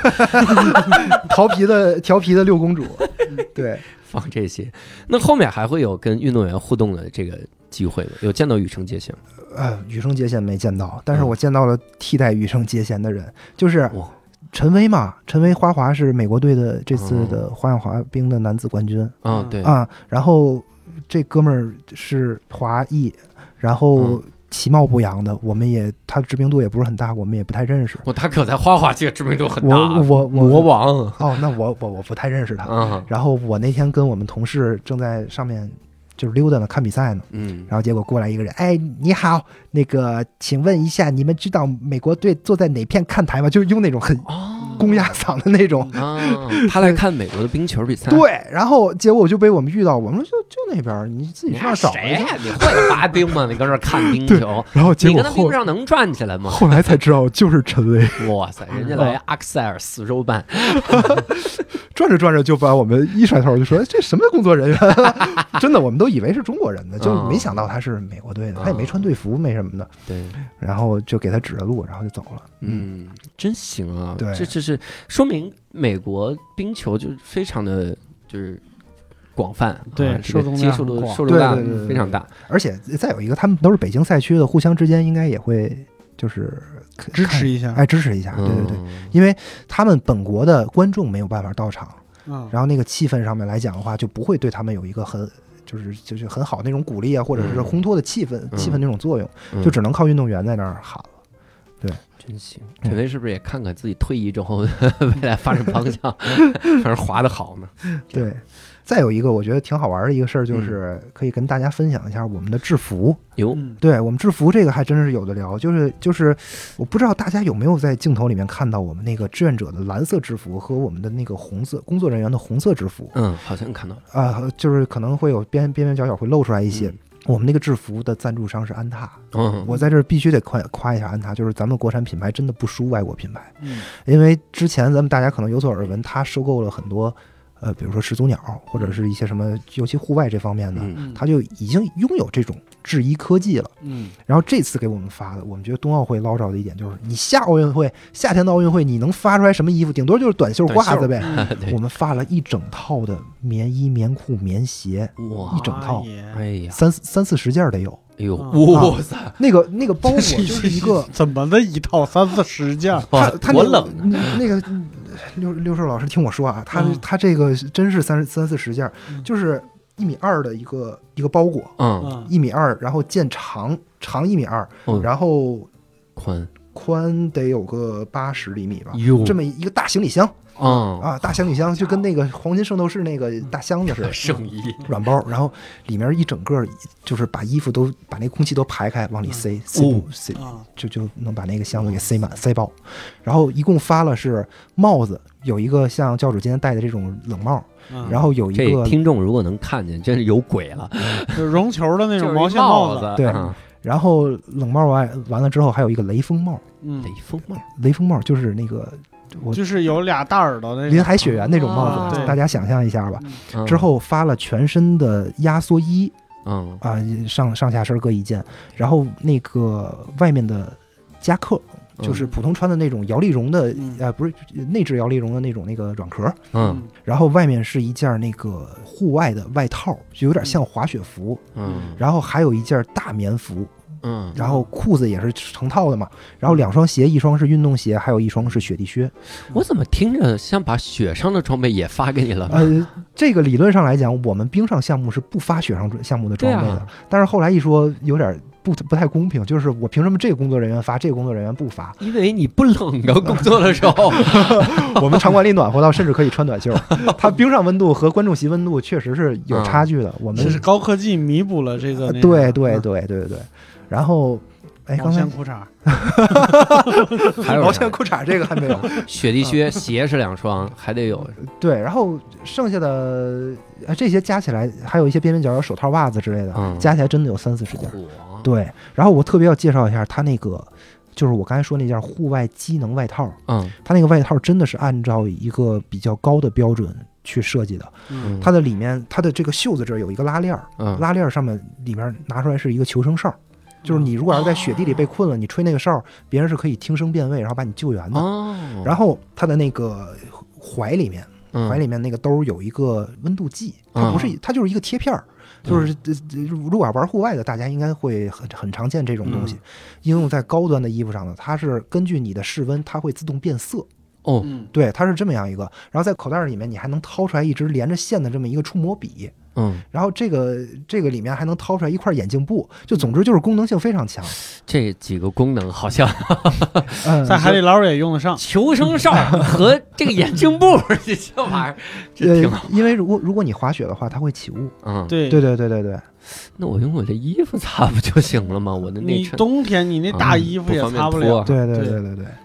调皮的6公主，对， 放这些。那后面还会有跟运动员互动的这个机会吗？有见到羽生结弦吗？ 羽生结弦没见到，但是我见到了替代羽生结弦的人，就是陈薇嘛。陈薇花滑是美国队的这次的花样滑冰的男子冠军对然后这哥们儿是华裔，然后其貌不扬的，他知名度也不是很大，我们也不太认识。 他可在花滑界知名度很大， 我魔王那我不太认识他。然后我那天跟我们同事正在上面就是溜达呢，看比赛呢，然后结果过来一个人，你好，那个请问一下，你们知道美国队坐在哪片看台吗？就用那种很公鸭嗓的那种他来看美国的冰球比赛。 对，然后结果我就被我们遇到，我们说就那边，你自己上找谁呀？你会滑冰吗？你搁这看冰球， 然后结果你跟他冰上能转起来吗？ 后来才知道就是陈薇。 哇塞，人家来阿克塞尔4周半， 转着转着就把我们一甩头就说这什么工作人员真的我们都以为是中国人的，就没想到他是美国队的，他也没穿队服没什么的。 对， 然后就给他指了路，然后就走了。 真行啊！ 对， 这是说明美国冰球就非常的就是广泛， 对， 这个接受度大非常大。 而且再有一个，他们都是北京赛区的，互相之间应该也会就是支持一下， 支持一下。对对对，因为他们本国的观众没有办法到场，然后那个气氛上面来讲的话，就不会对他们有一个就是很好那种鼓励啊，或者是烘托的气氛那种作用，就只能靠运动员在那儿喊了。对， 真行！陈飞是不是也看看自己退役之后未来发展方向，反正滑得好呢？ 对。再有一个我觉得挺好玩的一个事儿，就是可以跟大家分享一下我们的制服。对，我们制服这个还真是有的聊，就是我不知道大家有没有在镜头里面看到我们那个志愿者的蓝色制服和我们的那个红色工作人员的红色制服。 好像看到了就是可能会有边边角角会露出来一些。我们那个制服的赞助商是安踏，我在这儿必须得夸一下安踏，就是咱们国产品牌真的不输外国品牌。因为之前咱们大家可能有所耳闻，它收购了很多。比如说始祖鸟或者是一些什么，尤其户外这方面的，他就已经拥有这种制衣科技了。然后这次给我们发的，我们觉得冬奥会捞着的一点就是，你夏天的奥运会，你能发出来什么衣服？顶多就是短袖褂子呗。我们发了一整套的棉衣、棉裤、棉鞋，一整套， 哎呀 ，30-40件得有。 哎呦，哇塞！ 那个包裹就是一个怎么的一套30-40件？ 他多冷！那个六兽老师听我说啊，他这个真是30-40件，就是1.2米的一个包裹，1.2米，然后见长1.2米，然后宽得有个80厘米吧，这么一个大行李箱。大行李箱就跟那个黄金圣斗士那个大箱子似的， 圣衣软包，然后里面一整个就是把衣服都把那空气都排开，往里塞，就能把那个箱子给塞爆。然后一共发了是帽子，有一个像教主今天戴的这种冷帽，然后有一个听众如果能看见，真是有鬼了， 就绒球的那种毛线帽子， 对。然后冷帽完了之后，还有一个雷锋帽，雷锋帽就是那个。 就是有俩大耳朵的林海雪原那种帽子，大家想象一下吧。之后发了全身的压缩衣，上下身各一件，然后那个外面的夹克，就是普通穿的那种摇粒绒的，不是内置摇粒绒的那种那个软壳，然后外面是一件那个户外的外套，就有点像滑雪服，然后还有一件大棉服。然后裤子也是成套的嘛，然后2双鞋，一双是运动鞋，还有一双是雪地靴。 我怎么听着像把雪上的装备也发给你了？ 这个理论上来讲，我们冰上项目是不发雪上项目的装备的，但是后来一说有点不太公平，就是我凭什么这个工作人员发，这个工作人员不发？ 因为你不冷啊，工作的时候， 我们场馆里暖和到甚至可以穿短袖。它冰上温度和观众席温度确实是有差距的。我们是高科技弥补了这个。 对。然后， 毛线裤衩， 还有毛线裤衩这个还没有。 雪地靴鞋是2双，还得有。 对，然后剩下的这些加起来，还有一些边边角角手套、袜子之类的，加起来真的有30-40件。对，然后我特别要介绍一下他那个，就是我刚才说那件户外机能外套，他那个外套真的是按照一个比较高的标准去设计的。它的里面，它的这个袖子这儿有一个拉链，拉链上面里面拿出来是一个求生哨。就是你如果要在雪地里被困了，你吹那个哨，别人是可以听声辨位，然后把你救援的。然后它的那个怀里面那个兜有一个温度计，它不是，它就是一个贴片儿。就是如果要玩户外的，大家应该会很常见这种东西，应用在高端的衣服上的。它是根据你的室温，它会自动变色。对，它是这么样一个。然后在口袋里面，你还能掏出来一支连着线的这么一个触摸笔。然后这个里面还能掏出来一块眼镜布，就总之就是功能性非常强。 这几个功能好像在海底捞也用得上。 求生哨和这个眼镜布，这玩意儿这挺好。 因为如果你滑雪的话，它会起雾。 对。 那我用我这衣服擦不就行了吗？我的内衬。 你冬天你那大衣服也擦不了。 对。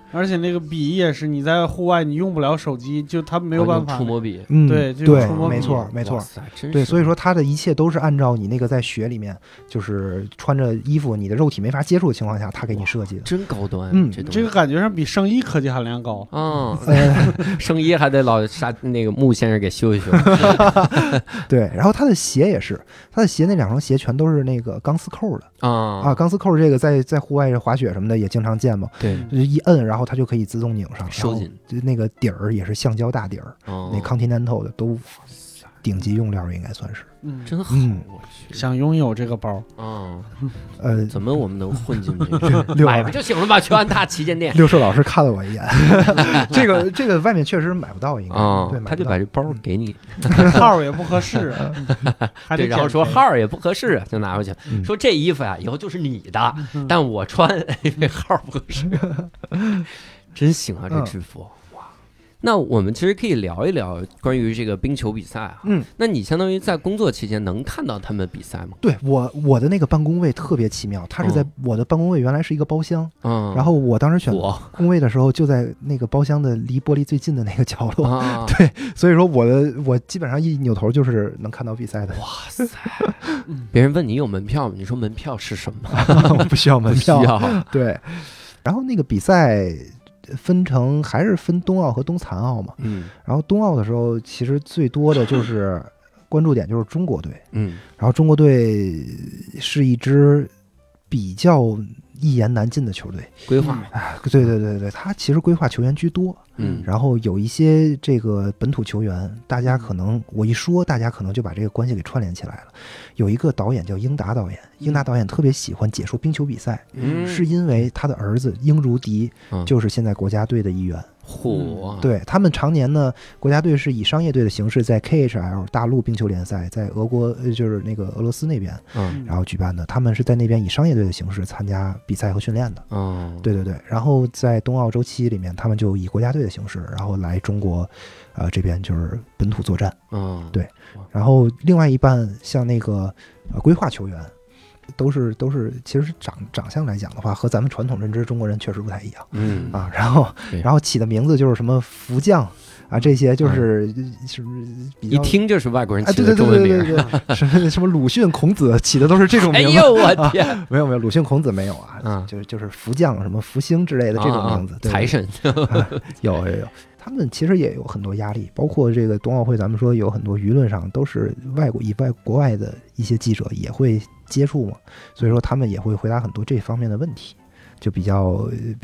而且那个笔也是你在户外你用不了手机，就它没有办法触摸笔。 对对，没错没错，对，所以说它的一切都是按照你那个在雪里面就是穿着衣服，你的肉体没法接触的情况下，它给你设计的， 真高端。 这个感觉上比圣衣科技含量高。 圣衣还得老那个穆先生给修一修。 对，然后他的鞋也是，他的鞋那2双鞋全都是那个钢丝扣的钢丝扣这个在户外滑雪什么的也经常见嘛。 对， 一摁，然后它就可以自动拧上， 收紧。 那个底儿也是橡胶大底儿，那 Continental 的都顶级用料，应该算是。 真好。我去， 想拥有这个包怎么我们能混进去？买不就行了吧？全大旗舰店。 六寿老师看了我一眼，这个外面确实买不到，应该对， 他就把这包给你， 号也不合适， 对，然后说号也不合适，就拿回去，说这衣服呀以后就是你的，但我穿因为号不合适。真行啊，这制服。那我们其实可以聊一聊关于这个冰球比赛啊。那你相当于在工作期间能看到他们比赛吗？ 对，我的那个办公位特别奇妙，它是在我的办公位原来是一个包厢，然后我当时选工位的时候就在那个包厢的离玻璃最近的那个角落。对，所以说我基本上一扭头就是能看到比赛的。 哇塞！别人问你有门票吗？你说门票是什么？ 不需要门票。 不需要。 对，然后那个比赛还是分冬奥和冬残奥嘛，然后冬奥的时候其实最多的就是关注点就是中国队，然后中国队是一支比较一言难尽的球队， 规划， 对，他其实规划球员居多，然后有一些这个本土球员，大家可能我一说，大家可能就把这个关系给串联起来了。有一个导演叫英达导演，英达导演特别喜欢解说冰球比赛，是因为他的儿子英如迪就是现在国家队的一员。对，他们常年呢，国家队是以商业队的形式在 KHL 大陆冰球联赛，在俄国就是那个俄罗斯那边，然后举办的。他们是在那边以商业队的形式参加比赛和训练的。对，然后在冬奥周期里面，他们就以国家队的形式，然后来中国，这边就是本土作战。对，然后另外一半像那个规划球员。都是，其实长相来讲的话，和咱们传统认知中国人确实不太一样。然后起的名字就是什么福将啊，这些就是是不是一听就是外国人起的中文名？ 什么鲁迅、孔子起的都是这种名字。 哎呦我天！ 没有，鲁迅、孔子没有啊，就是福将、什么福星之类的这种名字。 财神有。他们其实也有很多压力，包括这个冬奥会，咱们说有很多舆论上都是国外的一些记者也会接触嘛，所以说他们也会回答很多这方面的问题，就比较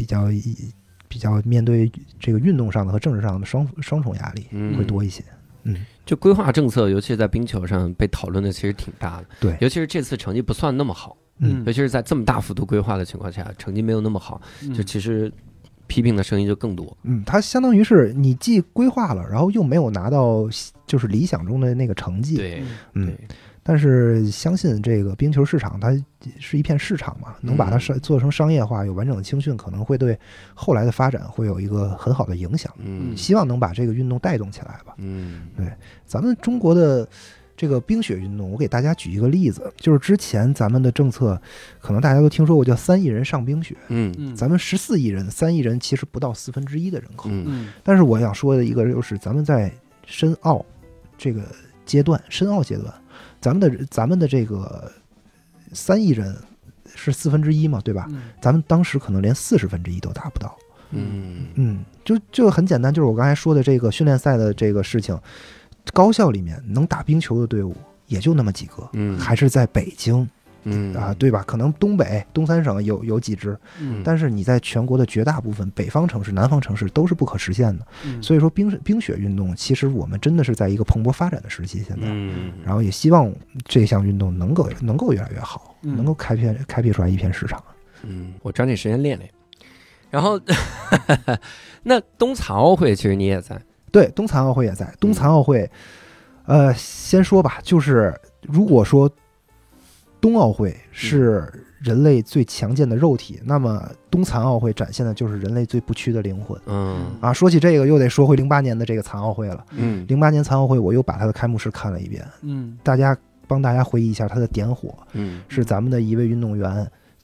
面对这个运动上的和政治上的双重压力会多一些。 就规划政策，尤其是在冰球上被讨论的其实挺大的。 对， 尤其是这次成绩不算那么好，尤其是在这么大幅度规划的情况下，成绩没有那么好，就其实。批评的声音就更多。 它相当于是你既规划了，然后又没有拿到就是理想中的那个成绩。 对， 但是相信这个冰球市场它是一片市场嘛，能把它做成商业化，有完整的青训，可能会对后来的发展会有一个很好的影响。希望能把这个运动带动起来吧。对，咱们中国的。这个冰雪运动，我给大家举一个例子，就是之前咱们的政策，可能大家都听说过，叫3亿人上冰雪。咱们14亿人，3亿人其实不到1/4的人口。但是我想说的一个就是，咱们在申奥这个阶段，咱们的这个3亿人是1/4嘛，对吧？咱们当时可能连1/40都达不到。就很简单，就是我刚才说的这个训练赛的这个事情。高校里面能打冰球的队伍也就那么几个，还是在北京，对吧？可能东北、东三省有几支，但是你在全国的绝大部分北方城市、南方城市都是不可实现的。所以说冰雪运动，其实我们真的是在一个蓬勃发展的时期现在，然后也希望这项运动能够越来越好，能够开辟出来一片市场。 我抓紧时间练练。然后，那冬残奥会其实你也在。 对，冬残奥会也在。冬残奥会，先说吧，就是如果说冬奥会是人类最强健的肉体，那么冬残奥会展现的就是人类最不屈的灵魂。说起这个，又得说回08年的这个残奥会了。08年残奥会，我又把它的开幕式看了一遍。帮大家回忆一下它的点火。是咱们的一位运动员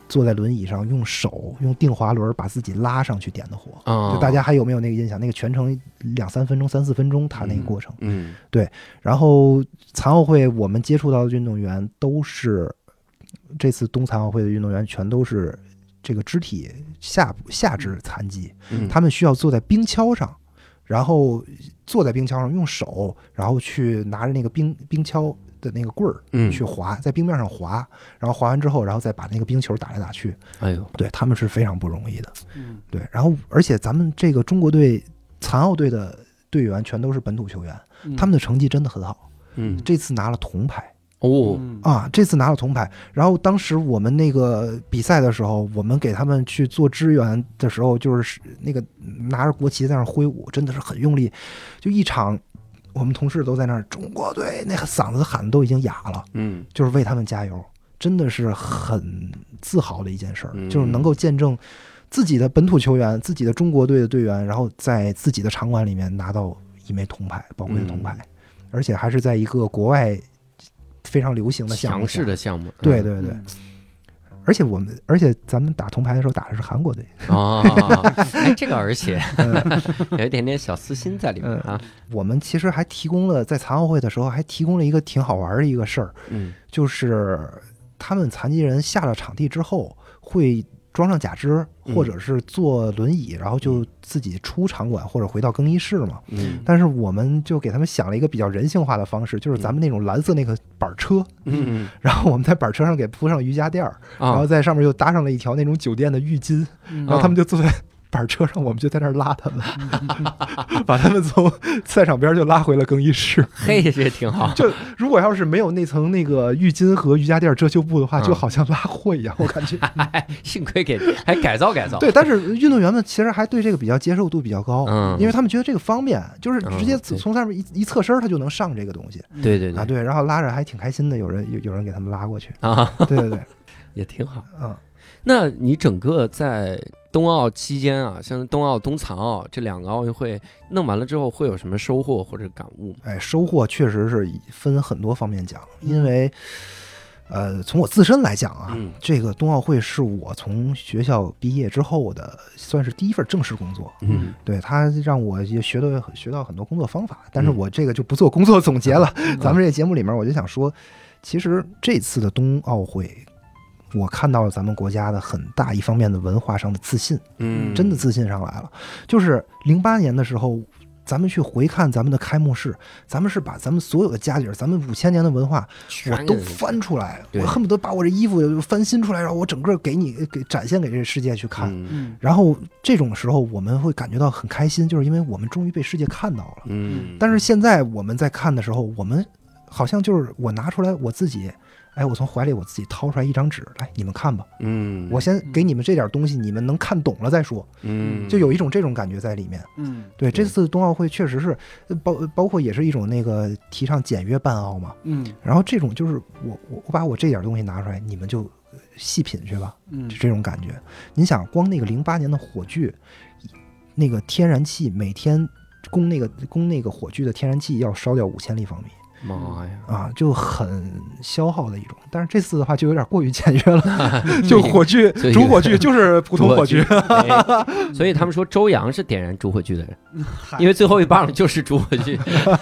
坐在轮椅上用手用定滑轮把自己拉上去点的火，就大家还有没有那个印象？那个全程2-3分钟、3-4分钟，他那个过程，对。然后残奥会我们接触到的运动员都是这次冬残奥会的运动员，全都是这个肢体下肢残疾，他们需要坐在冰橇上，然后坐在冰橇上用手，然后去拿着那个冰橇的那个棍儿去滑，在冰面上滑，然后滑完之后，然后再把那个冰球打来打去。哎呦，对，他们是非常不容易的。对。然后，而且咱们这个中国队残奥队的队员全都是本土球员，他们的成绩真的很好。这次拿了铜牌。这次拿了铜牌。然后当时我们那个比赛的时候，我们给他们去做支援的时候，就是那个拿着国旗在那挥舞，真的是很用力，就一场。我们同事都在那儿，中国队那个嗓子喊的都已经哑了，就是为他们加油，真的是很自豪的一件事儿，就是能够见证自己的本土球员、自己的中国队的队员，然后在自己的场馆里面拿到一枚铜牌，宝贵的铜牌，而且还是在一个国外非常流行的项目， 强势的项目， 对对对。而且咱们打铜牌的时候打的是韩国队这个而且有一点点小私心在里面啊。 我们其实还提供了在残奥会的时候还提供了一个挺好玩的一个事儿，就是他们残疾人下了场地之后会装上假肢，或者是坐轮椅，然后就自己出场馆或者回到更衣室嘛。但是我们就给他们想了一个比较人性化的方式，就是咱们那种蓝色那个板车，然后我们在板车上给铺上瑜伽垫，然后在上面又搭上了一条那种酒店的浴巾，然后他们就坐在板车上，我们就在那儿拉他们，把他们从赛场边就拉回了更衣室。 嘿，这挺好。 就如果要是没有那层那个浴巾和瑜伽垫遮羞布的话，就好像拉货一样，我感觉。 幸亏还改造。 对，但是运动员们其实还对这个比较接受度比较高，因为他们觉得这个方便，就是直接从上面一侧身他就能上这个东西。 对对对对，然后拉着还挺开心的，有人给他们拉过去啊。对对对， 也挺好。那你整个在冬奥期间啊，像冬奥、冬残奥这2个奥运会弄完了之后，会有什么收获或者感悟？ 收获确实是分很多方面讲，因为从我自身来讲啊，这个冬奥会是我从学校毕业之后的算是第一份正式工作。对，他让我也学到很多工作方法，但是我这个就不做工作总结了。咱们这个节目里面，我就想说，其实这次的冬奥会，我看到了咱们国家的很大一方面的文化上的自信，真的自信上来了。就是08年的时候，咱们去回看咱们的开幕式，咱们是把咱们所有的家底儿，咱们5000年的文化，我都翻出来，我恨不得把我这衣服翻新出来，然后我整个给展现给这个世界去看。然后这种时候我们会感觉到很开心，就是因为我们终于被世界看到了。但是现在我们在看的时候，我们好像就是我拿出来我自己。我从怀里我自己掏出来一张纸来，你们看吧。我先给你们这点东西，你们能看懂了再说。就有一种这种感觉在里面。对，这次冬奥会确实是包括也是一种那个提倡简约办奥嘛。然后这种就是我把我这点东西拿出来，你们就细品去吧。就这种感觉。你想，光那个08年的火炬，那个天然气每天供那个火炬的天然气要烧掉5000立方米。 妈呀！就很消耗的一种，但是这次的话就有点过于简约了，就火炬主火炬就是普通火炬， 所以他们说周扬是点燃主火炬的人，因为最后一棒就是主火炬。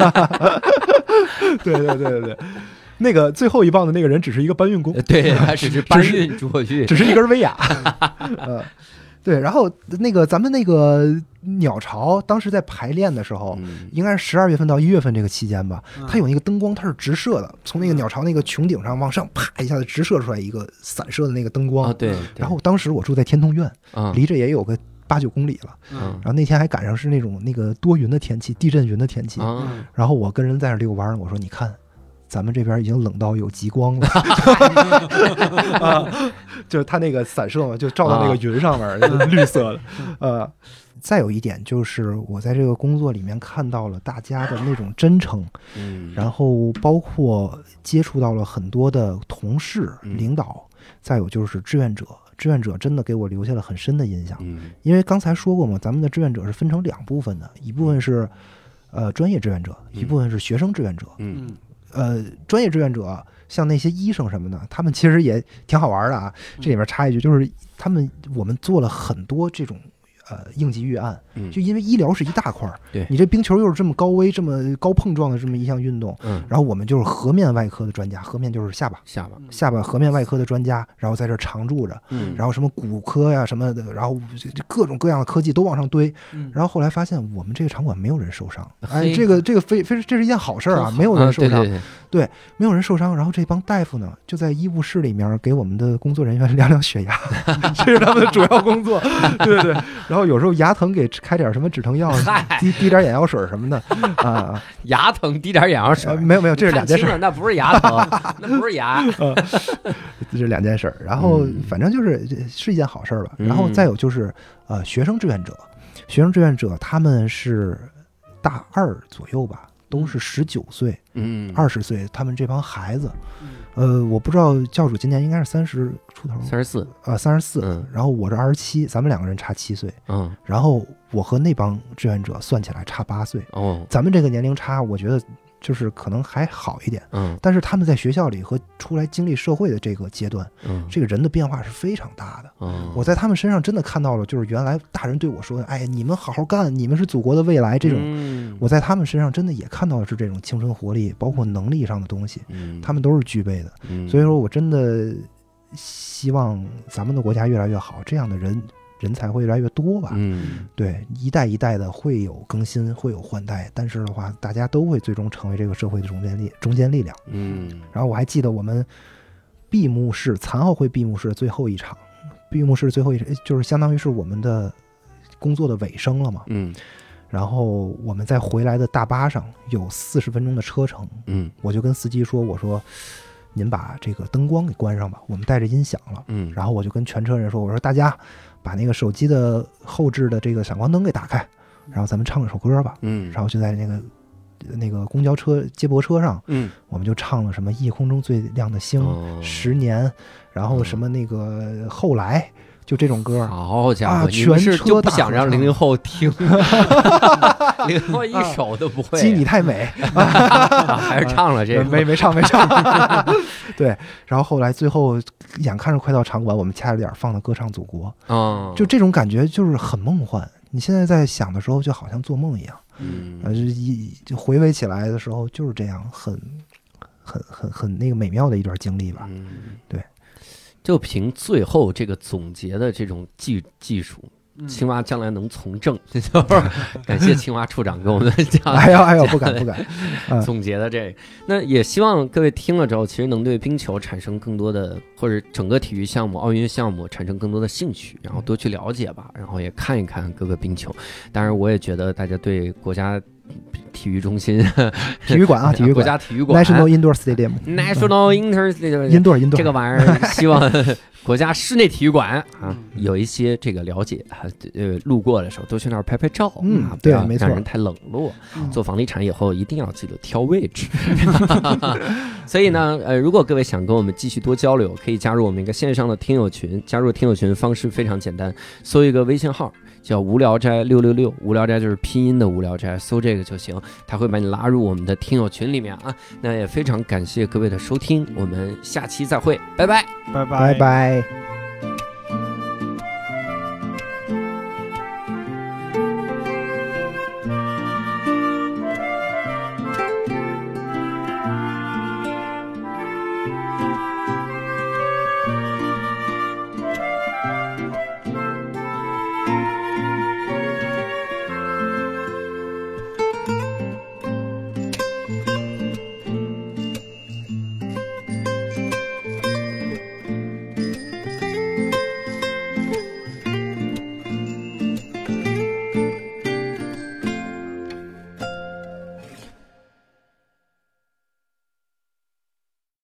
对对对对对，那个最后一棒的那个人只是一个搬运工， 对，他只是搬运主火炬， 只是一根威亚。对，然后那个咱们那个鸟巢当时在排练的时候，应该是12月份到1月份这个期间吧，它有那个灯光，它是直射的，从那个鸟巢那个穹顶上往上啪一下子直射出来一个散射的那个灯光。 对。 然后当时我住在天通苑，离这也有个8-9公里了。然后那天还赶上是那个多云的天气，地震云的天气。然后我跟人在那遛弯，我说你看。咱们这边已经冷到有极光了，就是它那个散射嘛，就照到那个云上面，绿色的。再有一点就是我在这个工作里面看到了大家的那种真诚，然后包括接触到了很多的同事、领导，再有就是志愿者。志愿者真的给我留下了很深的印象，因为刚才说过嘛，咱们的志愿者是分成2部分的，一部分是专业志愿者，一部分是学生志愿者。专业志愿者像那些医生什么的，他们其实也挺好玩的啊。这里面插一句，就是我们做了很多这种应急预案，就因为医疗是一大块儿，你这冰球又是这么高危、这么高碰撞的这么一项运动，然后我们就是颌面外科的专家，颌面就是下巴颌面外科的专家，然后在这常驻着，然后什么骨科呀什么的，然后各种各样的科技都往上堆，然后后来发现我们这个场馆没有人受伤，哎，这个这是一件好事啊，没有人受伤，对，没有人受伤，然后这帮大夫呢就在医务室里面给我们的工作人员量量血压，这是他们的主要工作，对。然后有时候牙疼给开点什么止疼药，滴点眼药水什么的啊。 牙疼滴点眼药水， 没有，这是两件事， 那不是牙疼，那不是牙， 这是两件事。然后反正是一件好事吧。然后再有就是学生志愿者他们是大2左右吧，都是19岁，20岁，他们这帮孩子。我不知道教主今年应该是30出头，34，然后我是27，咱们2个人差7岁，然后我和那帮志愿者算起来差8岁，咱们这个年龄差，我觉得就是可能还好一点，但是他们在学校里和出来经历社会的这个阶段，这个人的变化是非常大的，我在他们身上真的看到了，就是原来大人对我说，哎，你们好好干，你们是祖国的未来，这种，我在他们身上真的也看到的是这种青春活力，包括能力上的东西，他们都是具备的，所以说我真的希望咱们的国家越来越好，这样的人才会越来越多吧，对，一代一代的会有更新，会有换代，但是的话，大家都会最终成为这个社会的中坚力量。然后我还记得我们残奥会闭幕式最后一场，就是相当于是我们的工作的尾声了嘛，然后我们在回来的大巴上有40分钟的车程，我就跟司机说，我说您把这个灯光给关上吧，我们带着音响了，然后我就跟全车人说，我说大家把那个手机的后置的这个闪光灯给打开，然后咱们唱一首歌吧，然后就在那个公交车接驳车上，我们就唱了什么夜空中最亮的星，10年，然后什么那个后来，就这种歌。 好家伙， 全车就不想让00后听，00后一首都不会。 鸡你太美， 还是唱了这个， 没唱。对，然后后来最后眼看着快到场馆，我们掐着点放的歌唱祖国，就这种感觉就是很梦幻。你现在在想的时候，就好像做梦一样，就回味起来的时候就是这样，很那个美妙的一段经历吧。对， 就凭最后这个总结的这种技术。青蛙将来能从政，就是感谢青蛙处长给我们讲。 哎呦，不敢。 总结的这个，那也希望各位听了之后，其实能对冰球产生更多的，或者整个体育项目、奥运项目产生更多的兴趣，然后多去了解吧，然后也看一看各个冰球。当然，我也觉得大家对国家体育中心、 体育馆国家体育馆 National Indoor Stadium 这个玩意儿，希望国家室内体育馆有一些这个了解路过的时候都去那儿拍照对，没错， 让人太冷落。做房地产以后一定要记得挑位置。所以呢，如果各位想跟我们继续多交流，可以加入我们一个线上的听友群。加入听友群方式非常简单，搜一个微信号叫无聊斋666，无聊斋就是拼音的无聊斋，搜这个就行，他会把你拉入我们的听友群里面啊。那也非常感谢各位的收听，我们下期再会，拜拜。 拜拜。